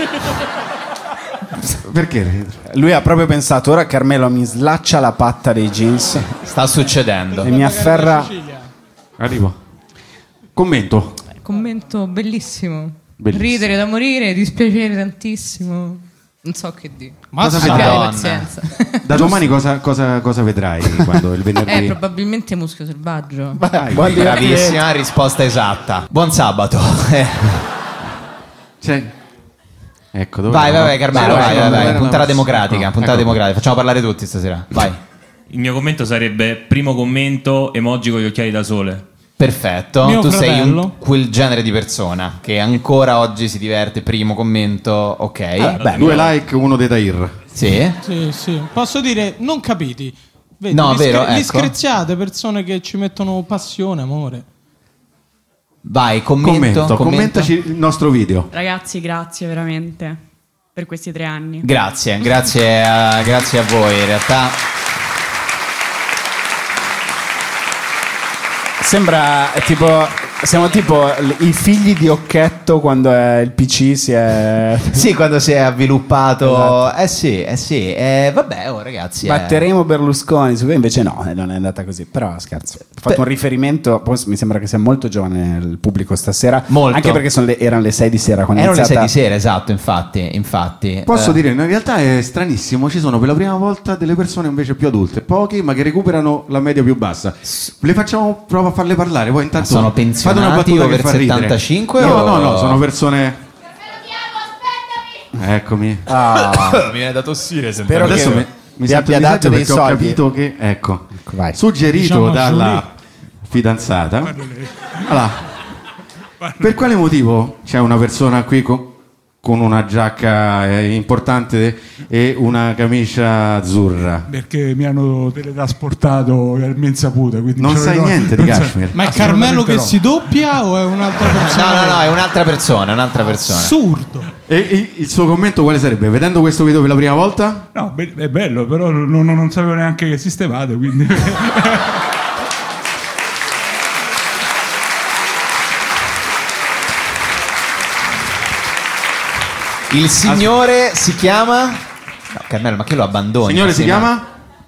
Perché? Lui ha proprio pensato, ora Carmelo mi slaccia la patta dei jeans. Sta succedendo. E mi afferra... Arrivo. Commento. Commento bellissimo. Bellissimo. Ridere da morire, dispiacere tantissimo. Non so che dire. Ma cosa abbiate Madonna. pazienza. Da domani cosa, cosa, cosa vedrai quando il venerdì? Eh, probabilmente muschio selvaggio. Vai, buon Bravissima, risposta esatta. Buon sabato. Eh. Cioè, ecco, dove Vai, erano? vai, vai, Carmelo, Dove vai, erano? vai, Dove vai. erano? Puntata democratica, Ecco, puntata ecco. democratica. Facciamo parlare tutti stasera. Vai. Il mio commento sarebbe primo commento emoji con gli occhiali da sole. Perfetto, Mio tu sei fratello. un- quel genere di persona che ancora oggi si diverte. Primo commento, ok. Ah, beh, due like, uno dei Tahir. Sì. Sì, sì. Posso dire, non capiti. Vedi, No, li vero, scre- li ecco. screziate, persone che ci mettono passione, amore. Vai, commento. Commento, commento. commentaci il nostro video. Ragazzi, grazie veramente per questi tre anni. Grazie, grazie a, grazie a voi. In realtà Sembra eh, tipo... Siamo tipo l- i figli di Occhetto quando eh, il P C si è... sì, quando si è avviluppato. Eh sì, eh sì. Eh, vabbè, oh, ragazzi. eh. Batteremo Berlusconi, su- invece no, eh, non è andata così. Però scherzo. Ho fatto un riferimento, poi mi sembra che sia molto giovane il pubblico stasera. Molto. Anche perché sono le- erano le sei di sera quando è Erano le sei iniziata. di sera, esatto, infatti, infatti. Posso Eh, dire, in realtà è stranissimo, ci sono per la prima volta delle persone invece più adulte, pochi, ma che recuperano la media più bassa. Le facciamo prova a farle parlare, poi intanto Ma sono fate una pensionati battuta over che fa ridere. settantacinque No, o- no, no, sono persone. Eccomi. Ah. Mi viene da tossire sempre. Spero Adesso che mi, mi vi sento abbia a dato disagio dei perché ho soldi. capito che, ecco, vai. suggerito Diciamo dalla fidanzata. Allora, per quale motivo c'è una persona qui con, con una giacca eh, importante e una camicia azzurra? Perché mi hanno teletrasportato a mia insaputa. quindi Non ce sai l'ho- niente di non so- Kashmir? Ma è Carmelo che si doppia o è un'altra persona? No, no, no, è un'altra persona, è un'altra persona. Assurdo. E il, il suo commento quale sarebbe? Vedendo questo video per la prima volta? No, be- è bello, però non, non- non sapevo neanche che esistevate, quindi... Il signore si chiama... No, Carmelo, ma che lo abbandoni? Signore si Sì, no? chiama?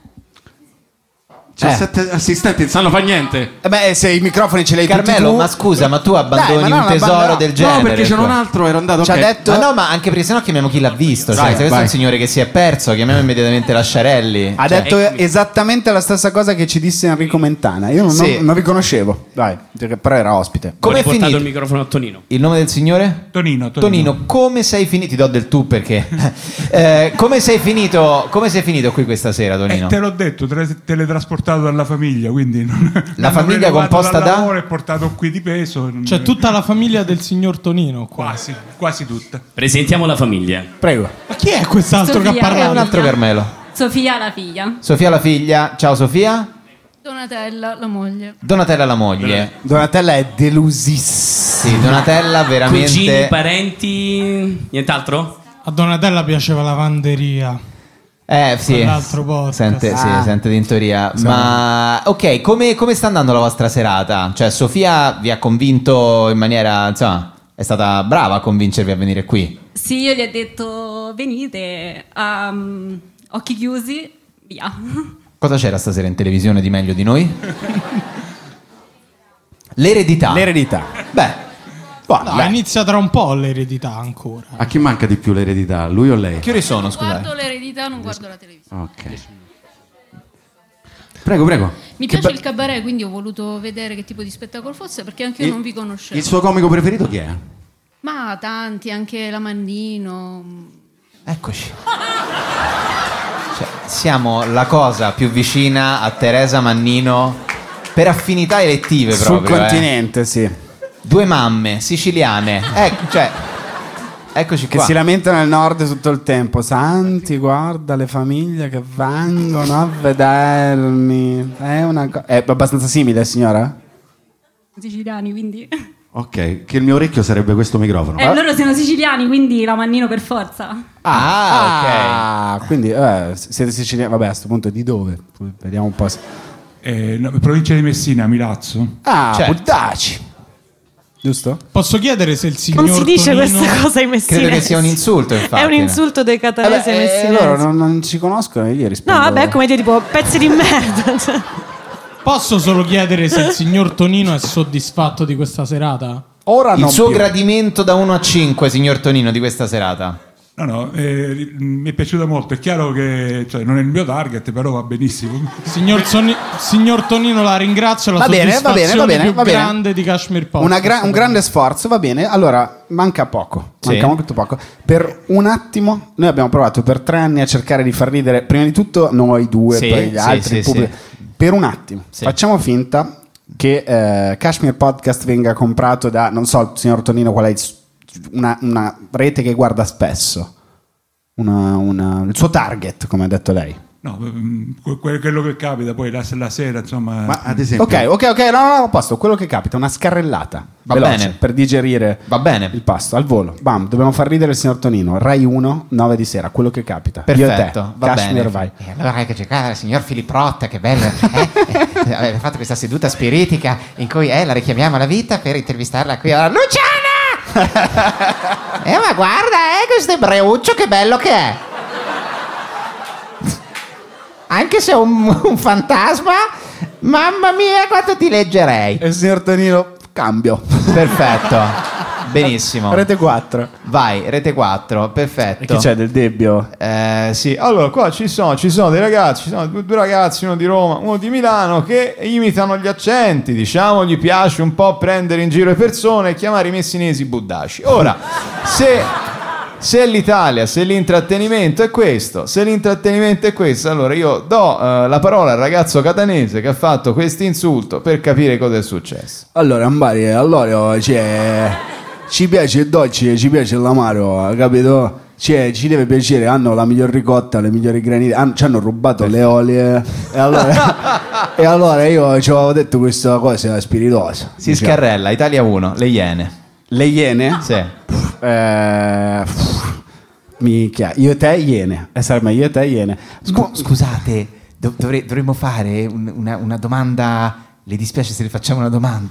C'è Eh. sette assistenti, non sanno fa niente. Eh beh, se i microfoni ce li hai tutti Carmelo, tu... ma scusa, ma tu abbandoni Dai, ma un non tesoro abbandona- del No, genere? No, perché c'era qua? un altro, ero andato. Ci ha ok. detto- Ma no, ma anche perché sennò chiamiamo chi l'ha visto. Cioè, Vai, se questo è vai. un signore che si è perso, chiamiamo immediatamente la Sciarelli. Ha Cioè, detto esattamente la stessa cosa che ci disse Enrico Mentana. Io non, Sì. non riconoscevo. Dai, perché- però era ospite. Come Ho è riportato finito il microfono a Tonino. il nome del signore? Tonino, Tonino. Tonino, come sei finito? Ti do del tu perché. Eh, come sei finito? Come sei finito qui questa sera, Tonino? Eh, te l'ho detto, tele- teletrasportato dalla famiglia, quindi non, La mi hanno famiglia prelevato composta dal da? lavoro e portato qui di peso. non- C'è tutta la famiglia del signor Tonino qua. Quasi, quasi tutta. Presentiamo la famiglia. Prego. Ma chi è quest'altro che ha Sofia. È un parlato? altro Carmelo. Sofia la figlia. Sofia la figlia. Ciao Sofia. Donatella la moglie. Donatella la moglie. Donatella è delusissima. Sì, Donatella veramente. Cugini, parenti, nient'altro? A Donatella piaceva la lavanderia. Eh sì, Quell'altro podcast. sente, sì, Ah. sente di in teoria. Ma ok, come, come sta andando la vostra serata? Cioè, Sofia vi ha convinto in maniera, insomma, è stata brava a convincervi a venire qui. Sì, io gli ho detto venite, um, occhi chiusi, via. Cosa c'era stasera in televisione di meglio di noi? L'eredità. L'eredità. Beh, Boh, No, dai. inizia tra un po' l'eredità ancora. A chi manca di più l'eredità? Lui o lei? che ore sono, scusate? Guardo l'eredità, non guardo la televisione. Ok. Prego, prego. Mi Che piace be- il cabaret, quindi ho voluto vedere che tipo di spettacolo fosse, perché anche io Il- non vi conoscevo. Il suo comico preferito chi è? Ma tanti, anche la Mannino. Eccoci. Cioè, siamo la cosa più vicina a Teresa Mannino per affinità elettive Sul proprio. eh. continente, sì. Due mamme siciliane. Ecco, cioè, eccoci Che qua. si lamentano al nord tutto il tempo. Santi, guarda le famiglie che vengono a vedermi. È una cosa. È abbastanza simile, signora? Siciliani, quindi. Ok, che il mio orecchio sarebbe questo microfono. Eh, loro sono siciliani, quindi la Mannino per forza. Ah, ok. Quindi, eh, siete siciliani. Vabbè, a questo punto di dove? Poi vediamo un po'. se- Eh, no, provincia di Messina, Milazzo. Ah, Certo. Buttaci. Giusto? Posso chiedere se il signor Non si dice Tonino... questa cosa ai messinesi. Credo che sia un insulto, infatti. È un insulto dei catanesi ai Eh, messinesi. loro non, non ci conoscono e io rispondo. No, vabbè, come dire, tipo, pezzi di merda. cioè. Posso solo chiedere se il signor Tonino è soddisfatto di questa serata? Ora Il non suo più. gradimento da uno a cinque, signor Tonino, di questa serata. No, no, eh, mi è piaciuta molto. È chiaro che cioè, non è il mio target, però va benissimo. Signor, Soni- signor Tonino, la ringrazio. La Va bene, va bene, va bene, più va bene. grande di Kashmir Podcast. Una gra- un grande sforzo, va bene. Allora, manca poco. Manca Sì. molto poco. Per un attimo, noi abbiamo provato per tre anni a cercare di far ridere, prima di tutto noi due, Sì, poi gli sì, altri, sì, il pubblico. Per un attimo, Sì. facciamo finta che eh, Kashmir Podcast venga comprato da, non so, il signor Tonino qual è il s- una, una rete che guarda spesso. Una- una- il suo target, come ha detto lei. No, mm, que- quello che capita poi la, la sera, insomma. Ma ad esempio, Ok, ok, ok, no, no, no, a posto. Quello che capita, una scarrellata. Va veloce, bene. per digerire Va bene. il pasto al volo. Bam, dobbiamo far ridere il signor Tonino. Rai uno, nove di sera, quello che capita. Perfetto, Io e te. va Kashmir, bene. vai. E allora hai che giocare al signor Filipprotta, che bello. Eh, eh, avete fatto questa seduta spiritica in cui eh, la richiamiamo alla vita per intervistarla qui. Allora, Luciana! eh, ma guarda, eh, questo ebreuccio, che bello che è. Anche se è un, un fantasma, mamma mia, quanto ti leggerei. E il signor Tonino, cambio. Perfetto. Benissimo. Rete quattro. Vai, rete quattro, perfetto. E chi c'è del Debbio? Eh, sì, allora qua ci sono, ci sono dei ragazzi, ci sono due, due ragazzi, uno di Roma, uno di Milano, che imitano gli accenti, diciamo, gli piace un po' prendere in giro le persone e chiamare i messinesi buddaci. Ora, se, se l'Italia, se l'intrattenimento è questo, se l'intrattenimento è questo, allora io do eh, la parola al ragazzo catanese che ha fatto questo insulto per capire cosa è successo. Allora, Ambari, allora, cioè, ci piace il dolce, ci piace l'amaro, capito? Cioè, ci deve piacere, hanno la miglior ricotta, le migliori granite, hanno, ci hanno rubato le olie e allora, e allora io ci avevo detto questa cosa spiritosa. Si diciamo. scarrella, Italia uno, le Iene. Le Iene? Sì. Eh, pff, minchia, io e te Iene. Eh, sarebbe io e te Iene. Scu- scusate, dov- dovre- dovremmo fare un- una, una domanda. Le dispiace se le facciamo una domanda?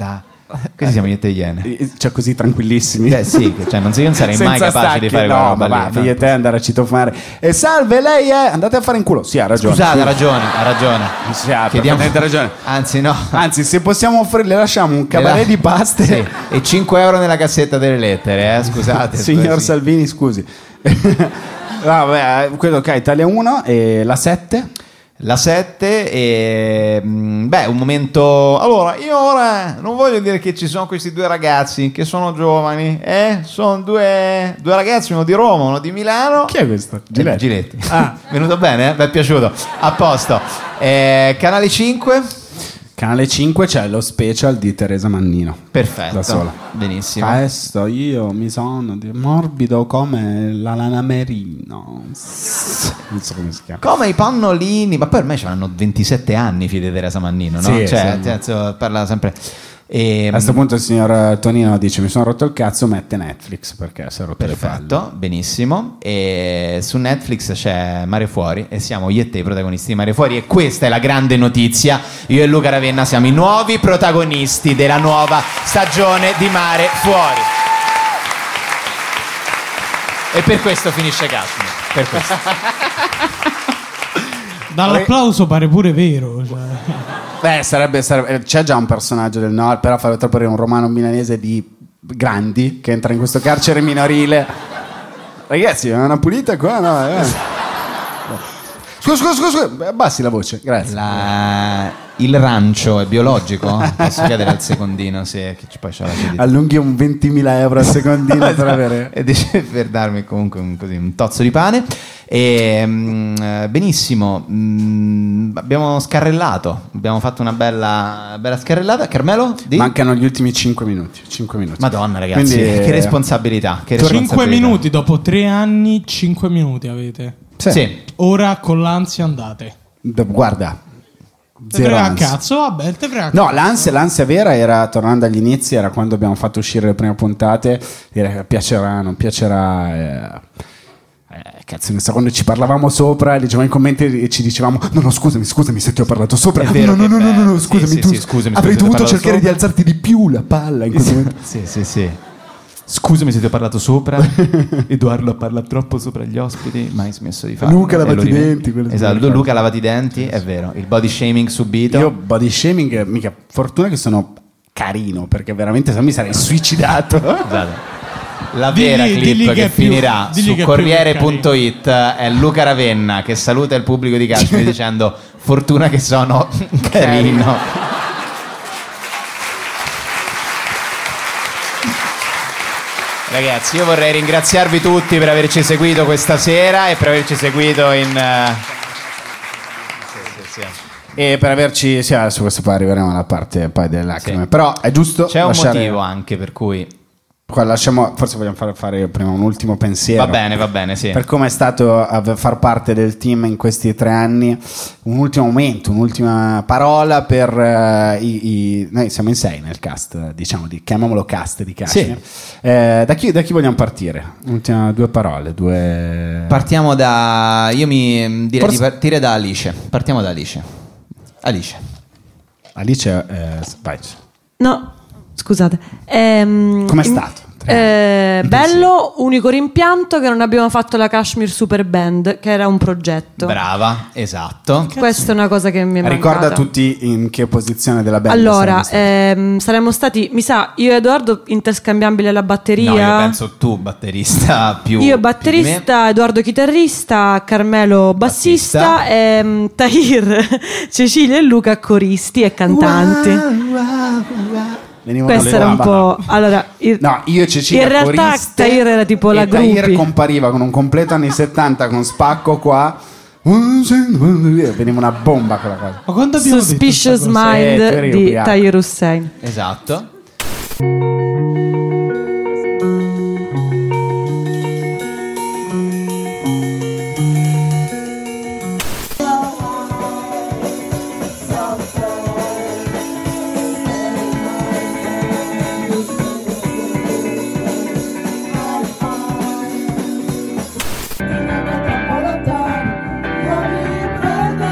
Questi siamo io e te Iene. Cioè così tranquillissimi. Beh sì, cioè non, io non sarei mai Senza capace stacchi, di fare no, quella roba ma lì. va, io e te andare a citofonare. E salve, lei è... Andate a fare in culo. Sì, ha ragione. Scusate, ha ragione, ha ragione. Sì, ha Chiediamo- perfettamente ragione. Anzi no. Anzi, se possiamo offrire, le lasciamo un cabaret La- di paste. Sì, e cinque euro nella cassetta delle lettere, eh, scusate. Signor sì. Salvini, scusi. Vabbè, quello che è Italia uno e la sette. La sette e mh, beh, un momento. Allora, io ora non voglio dire che ci sono questi due ragazzi che sono giovani, eh? Sono due, due ragazzi, uno di Roma, uno di Milano. Chi è questo? Giletti. Giletti. Giletti. Ah, venuto bene? Eh? Vi è piaciuto? A posto. Eh, Canale cinque. Canale cinque c'è lo special di Teresa Mannino. Perfetto. Da sola. Benissimo. Questo io mi sono di- morbido come la lana merino. Non so come si chiama. Come i pannolini, ma poi ormai hanno ventisette anni, figli di Teresa Mannino, no? Sì, cioè, sì. nel senso, parla sempre. E, A questo punto il signor Tonino dice: mi sono rotto il cazzo, mette Netflix perché si è rotto le palle. Perfetto, benissimo. E su Netflix c'è Mare Fuori e siamo io e te i protagonisti di Mare Fuori, e questa è la grande notizia. Io e Luca Ravenna siamo i nuovi protagonisti della nuova stagione di Mare Fuori. E per questo finisce Kashmir. Per questo. Dall'applauso pare pure vero. Cioè. Beh, sarebbe, sarebbe- c'è già un personaggio del nord, però farebbe troppo ridere, un romano milanese di Grandi che entra in questo carcere minorile. Ragazzi, è una pulita qua? No, eh. Scusa, scusa, scusa, scusa, abbassi la voce, grazie. La- Il rancio è biologico? Posso chiedere al secondino se che ci- poi c'è la sede. Allunghi un ventimila euro al secondino per avere... E dice- per darmi comunque un, così, un tozzo di pane. E, mm, eh, benissimo, mm, abbiamo scarrellato, abbiamo fatto una bella, bella scarrellata. Carmelo? Di? Mancano gli ultimi cinque minuti. cinque minuti. Madonna ragazzi, Quindi, che responsabilità. Che cinque responsabilità. minuti dopo tre anni, cinque minuti avete. Sì. Sì. Ora con l'ansia andate. D- Guarda, Te zero frega a ansia. cazzo, vabbè, te frega a No, cazzo. l'ansia, l'ansia vera era, tornando agli inizi, era quando abbiamo fatto uscire le prime puntate, dire piacerà, non piacerà. Eh, eh, cazzo, quando ci parlavamo sopra, leggevamo i commenti e ci dicevamo: no, no, scusami, scusami se ti ho parlato sopra. È vero no, no, che no, no, no, no, bello. scusami, Sì, tu sì, sì, scusami, avrei scusami, ti ho dovuto parlato cercare sopra. di alzarti di più la palla in quel momento. Sì, sì, sì. Scusami se ti ho parlato sopra. Edoardo parla troppo sopra gli ospiti, mai smesso di farlo. Luca E lavati lo i rive- denti, quello sì, Esatto, mi ricordo. Luca lavati i denti, è vero. Il body shaming subito. Io body shaming, mica, fortuna che sono carino, perché veramente se no mi sarei suicidato. Scusate. La Digli- vera digli clip che che, è più- finirà digli su che è più Corriere punto it è Luca Ravenna che saluta il pubblico di Kashmir dicendo: fortuna che sono carino. Ragazzi, io vorrei ringraziarvi tutti per averci seguito questa sera e per averci seguito in eh, sì, sì, sì. E per averci, sì, adesso questo poi arriveremo alla parte poi delle lacrime. Sì. Però è giusto. C'è un lasciare- motivo anche per cui Qua lasciamo, forse vogliamo fare, fare prima un ultimo pensiero. va bene, va bene, sì. Per come è stato a far parte del team in questi tre anni, un ultimo momento, un'ultima parola per eh, i, i- noi siamo in sei nel cast, diciamo, di, chiamiamolo cast di Kashmir. Eh, da, chi, da chi vogliamo partire? Ultima due parole, due... Partiamo da. Io mi direi Forse- di partire da Alice. Partiamo da Alice. Alice. Alice, eh, vai. No, scusate. Ehm, Com'è in- stato? eh, bello, unico rimpianto che non abbiamo fatto la Kashmir Super Band, che era un progetto. Brava, esatto. Questa è una cosa che mi è mancata. Ricorda tutti in che posizione della band Allora, siamo stati. ehm, saremmo stati, mi sa, io e Edoardo interscambiabili alla batteria. No, io penso tu, batterista più. Io più batterista, Edoardo chitarrista, Carmelo bassista, Bassista. ehm, Tahir, Cecilia e Luca coristi e cantanti. Venivano Questo le era un bamba. po'. Allora, il- No, io e Cecilia in realtà coriste, Tahir era tipo la e Tahir groupie. compariva con un completo anni settanta con spacco qua. Veniva una bomba quella cosa. Ma quando abbiamo detto Suspicious sta cosa? Mind Eh, tu eri di ubriaco. Tahir Hussein. Esatto.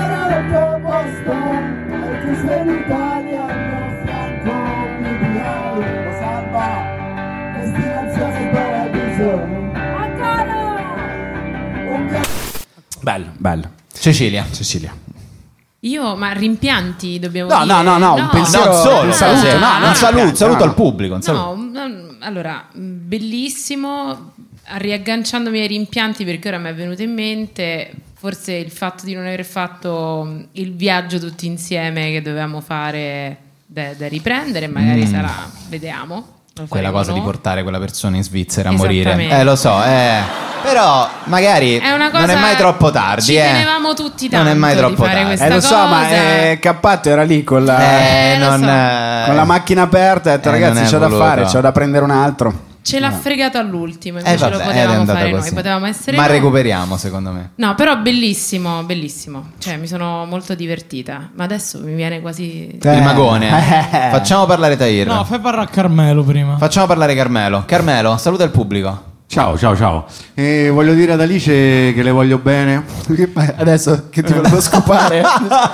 Perché sei l'Italia al mio fianco, mi piace. Bello, bello. Cecilia. Cecilia. Io, ma rimpianti dobbiamo No, dire? no, no, no, un pensiero- non solo, un saluto, sì. no, no, un saluto, no, saluto no. al pubblico. Un saluto. No, mm, allora, bellissimo, riagganciandomi ai rimpianti perché ora mi è venuto in mente forse il fatto di non aver fatto il viaggio tutti insieme che dovevamo fare da, da riprendere, magari Mm. sarà, vediamo. Lo Quella faremo cosa di noi. portare quella persona in Svizzera a morire. Esattamente. Eh, lo so, eh. Però magari È una cosa- non è mai troppo tardi. Ci eh. tenevamo tutti Non tanto è mai di troppo fare tardi. questa Eh lo so, cosa. ma eh, Cappato era lì con la, Eh, non, so. eh, con la macchina aperta e ha detto eh, ragazzi non è c'ho da voluto. fare, c'ho da prendere un altro. Ce l'ha No. fregato all'ultimo, Eh, invece vabbè, lo ed è potevamo andata fare così. noi, potevamo essere Ma noi. recuperiamo, secondo me. No, però bellissimo, bellissimo. Cioè, mi sono molto divertita. Ma adesso mi viene quasi. Il magone. Eh. Facciamo parlare Tahir. No, fai parlare a Carmelo prima. Facciamo parlare Carmelo. Carmelo, saluta il pubblico. Ciao, ciao, ciao. E voglio dire ad Alice che le voglio bene. Adesso che ti volevo scopare.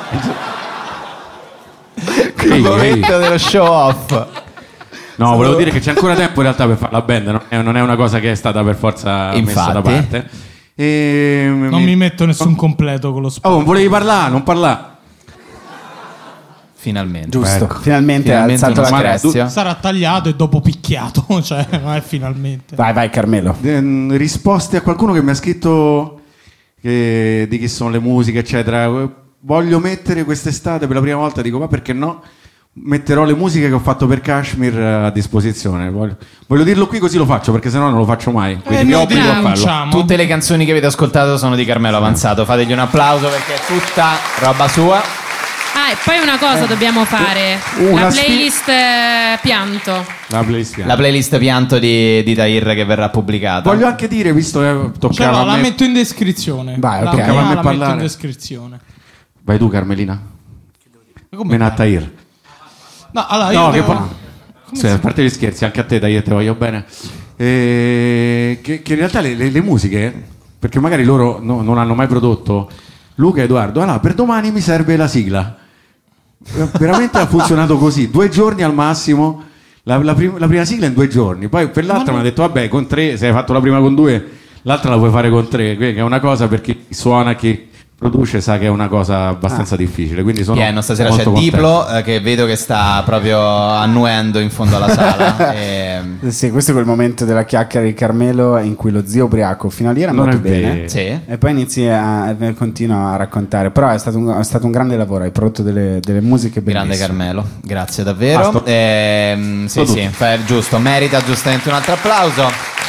Il momento dello show off. No, volevo dire che c'è ancora tempo in realtà per fare la band, non è, non è una cosa che è stata per forza messa da Infatti. parte. E, Non mi metto nessun completo con lo sport. Oh, non volevi parlare, non parlare. Finalmente. Giusto, Ecco. finalmente, Finalmente ha alzato uno la screzio. cresta. Sarà tagliato e dopo picchiato, cioè, non è finalmente. Vai, vai Carmelo. Eh, risposte a qualcuno che mi ha scritto che- di chi sono le musiche, eccetera. Voglio mettere quest'estate per la prima volta, dico, ma perché no? Metterò le musiche che ho fatto per Kashmir a disposizione. Voglio, voglio dirlo qui così lo faccio, perché sennò non lo faccio mai. Quindi mi noi obbligo a farlo. denunciamo. Tutte le canzoni che avete ascoltato sono di Carmelo Avanzato. Fategli un applauso perché è tutta roba sua. Ah, e poi una cosa dobbiamo fare: Una la sfi- playlist eh, pianto. La playlist. La playlist pianto di, di Tahir che verrà pubblicata. Voglio anche dire, visto che Cioè, toccava no, a la me... metto in descrizione. Vai, La ok. mia Toccava a me la metto in parlare. descrizione. Vai tu, Carmelina. Come Menat Tahir. No, allora io No, che devo- poi... Sì, a parte gli scherzi, anche a te, dai, io te voglio bene. E... Che, che in realtà le, le- le musiche, perché magari loro no- non hanno mai prodotto, Luca e Edoardo, allora per domani mi serve la sigla. Veramente ha funzionato così, due giorni al massimo, la, la prim- la prima sigla in due giorni, poi per l'altra mi ha detto vabbè con tre, se hai fatto la prima con due, l'altra la puoi fare con tre, che è una cosa per chi suona, chi produce sa che è una cosa abbastanza difficile, quindi sono Pieno, stasera c'è molto contento. Diplo eh, che vedo che sta proprio annuendo in fondo alla sala. e... Sì, questo è quel momento della chiacchiera di Carmelo in cui lo zio ubriaco fino a lì era Non andato è bene vero. Sì. e poi inizi a, e continua a raccontare, però è stato un, è stato un grande lavoro, hai prodotto delle, delle musiche bellissime. Grande Carmelo, grazie davvero. Basta. Ehm, sì, Sto sì, tutto. fa- giusto, merita giustamente un altro applauso.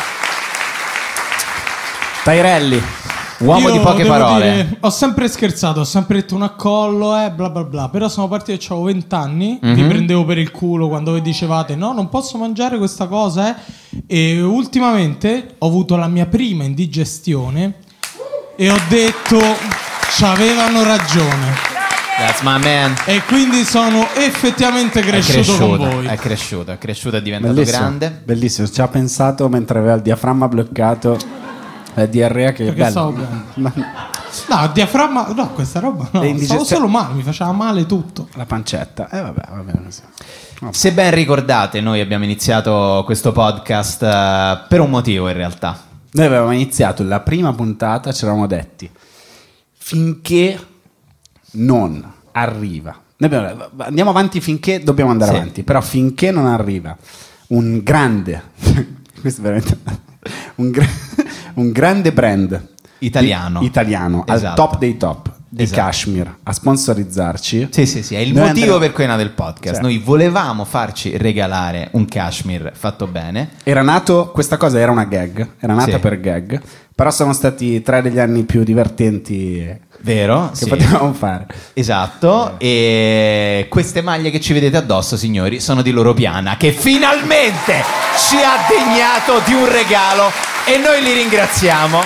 Tairelli. Uomo Io di poche devo parole. dire, ho sempre scherzato, ho sempre detto un accollo, eh, bla bla bla. Però sono partito che avevo venti anni, Mhm. vi prendevo per il culo quando vi dicevate no, non posso mangiare questa cosa, eh. E ultimamente ho avuto la mia prima indigestione e ho detto c'avevano ragione. That's my man. E quindi sono effettivamente È cresciuto, con cresciuto, voi. è cresciuto, è cresciuto, è diventato Bellissimo, grande. bellissimo, ci ha pensato mentre aveva il diaframma bloccato, la diarrea che è Perché bella. stavo bene. Ma- No, il diaframma, no, questa roba no. Le indigestioni- Stavo solo male, mi faceva male tutto. La pancetta, eh vabbè, va bene così. Se ben ricordate, noi abbiamo iniziato questo podcast eh, per un motivo in realtà. Noi avevamo iniziato la prima puntata, ci eravamo detti finché non arriva. Noi abbiamo- andiamo avanti finché dobbiamo andare Sì. avanti, però finché non arriva un grande, questo è veramente un, gra- un grande brand Italiano. di- italiano Esatto. al top dei top di Esatto. Kashmir a sponsorizzarci. Sì, sì, sì, è il Noi motivo andremo- per cui è nato il podcast. Cioè. Noi volevamo farci regalare un cashmere fatto bene. Era nato, questa cosa era una gag, era nata Sì. per gag, però sono stati tre degli anni più divertenti Vero? che Sì. potevamo fare. Esatto, e queste maglie che ci vedete addosso, signori, sono di Loro Piana, che finalmente ci ha degnato di un regalo e noi li ringraziamo.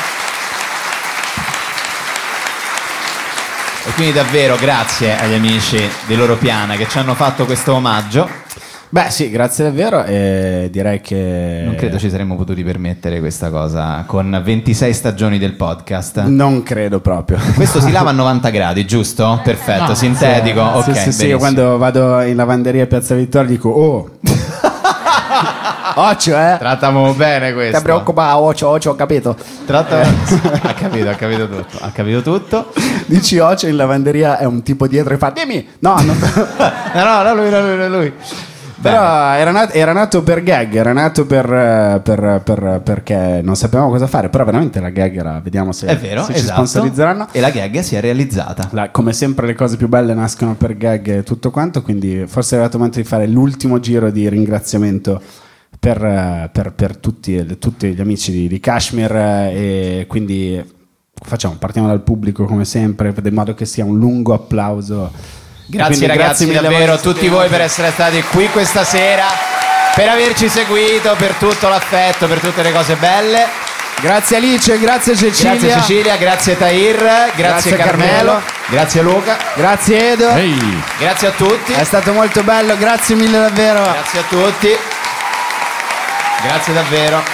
E quindi davvero grazie agli amici di Loro Piana che ci hanno fatto questo omaggio. Beh sì, grazie davvero e direi che... Non credo ci saremmo potuti permettere questa cosa con ventisei stagioni del podcast. Non credo proprio. Questo si lava a novanta gradi, giusto? Perfetto, No, sintetico. sì, Ok, sì, sì, sì, benissimo. io quando vado in lavanderia a Piazza Vittoria dico oh, Occhio, eh. Trattiamo bene questo. Ti preoccupa, occhio, occhio, ho capito. Tratta... ha capito, ha capito tutto. Ha capito tutto. Dici occhio in lavanderia è un tipo dietro e fa dimmi. No, no. no, no, no, lui, no, lui, no, lui. Però era nato, era nato per gag, era nato per, per, per, perché non sapevamo cosa fare. Però veramente la gag era, vediamo se, è vero, se esatto. ci sponsorizzeranno. E la gag si è realizzata. La, come sempre le cose più belle nascono per gag e tutto quanto. Quindi forse è arrivato il momento di fare l'ultimo giro di ringraziamento per, per, per tutti, tutti gli amici di, di Kashmir. E quindi facciamo, partiamo dal pubblico come sempre, in modo che sia un lungo applauso. Grazie Quindi, ragazzi grazie davvero a tutti voi per essere stati qui questa sera, per averci seguito, per tutto l'affetto, per tutte le cose belle. Grazie Alice, grazie Cecilia. Grazie Cecilia, grazie Tahir, grazie, Grazie Carmelo, Carmelo. grazie Luca, Grazie Edo. Ehi. Grazie a tutti. È stato molto bello, grazie mille davvero. Grazie a tutti. Grazie davvero.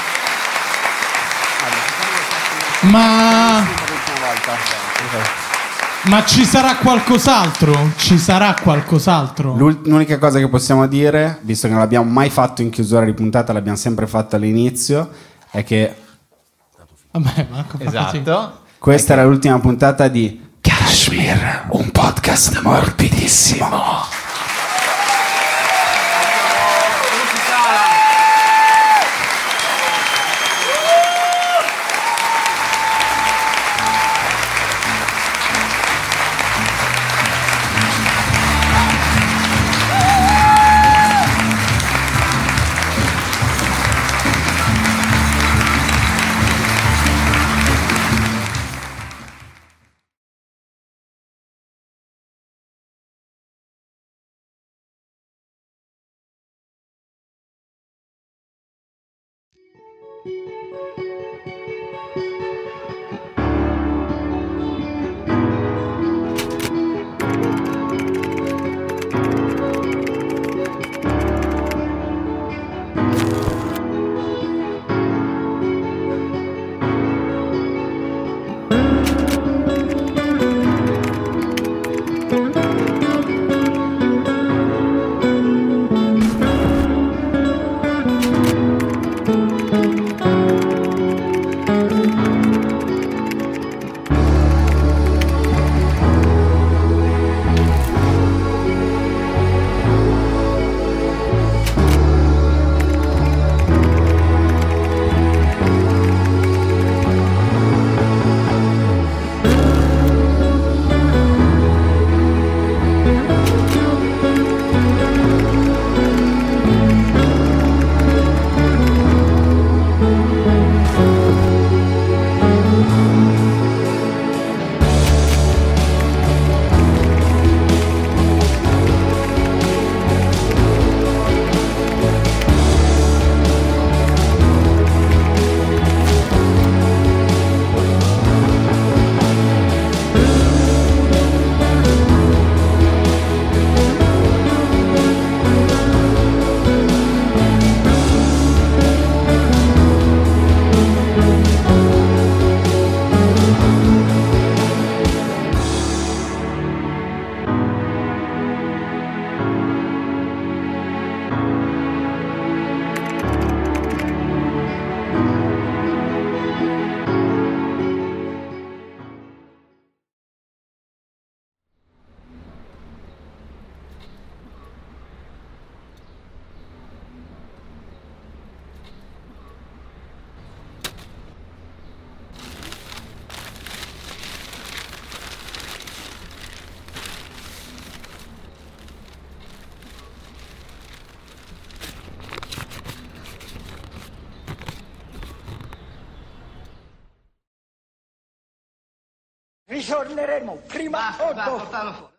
Ma Ma ci sarà qualcos'altro? Ci sarà qualcos'altro? L'unica cosa che possiamo dire, visto che non l'abbiamo mai fatto in chiusura di puntata, l'abbiamo sempre fatto all'inizio, è che Vabbè, Marco, fa Esatto. così. questa era l'ultima puntata di Kashmir, un podcast morbidissimo. Ritorneremo prima o dopo.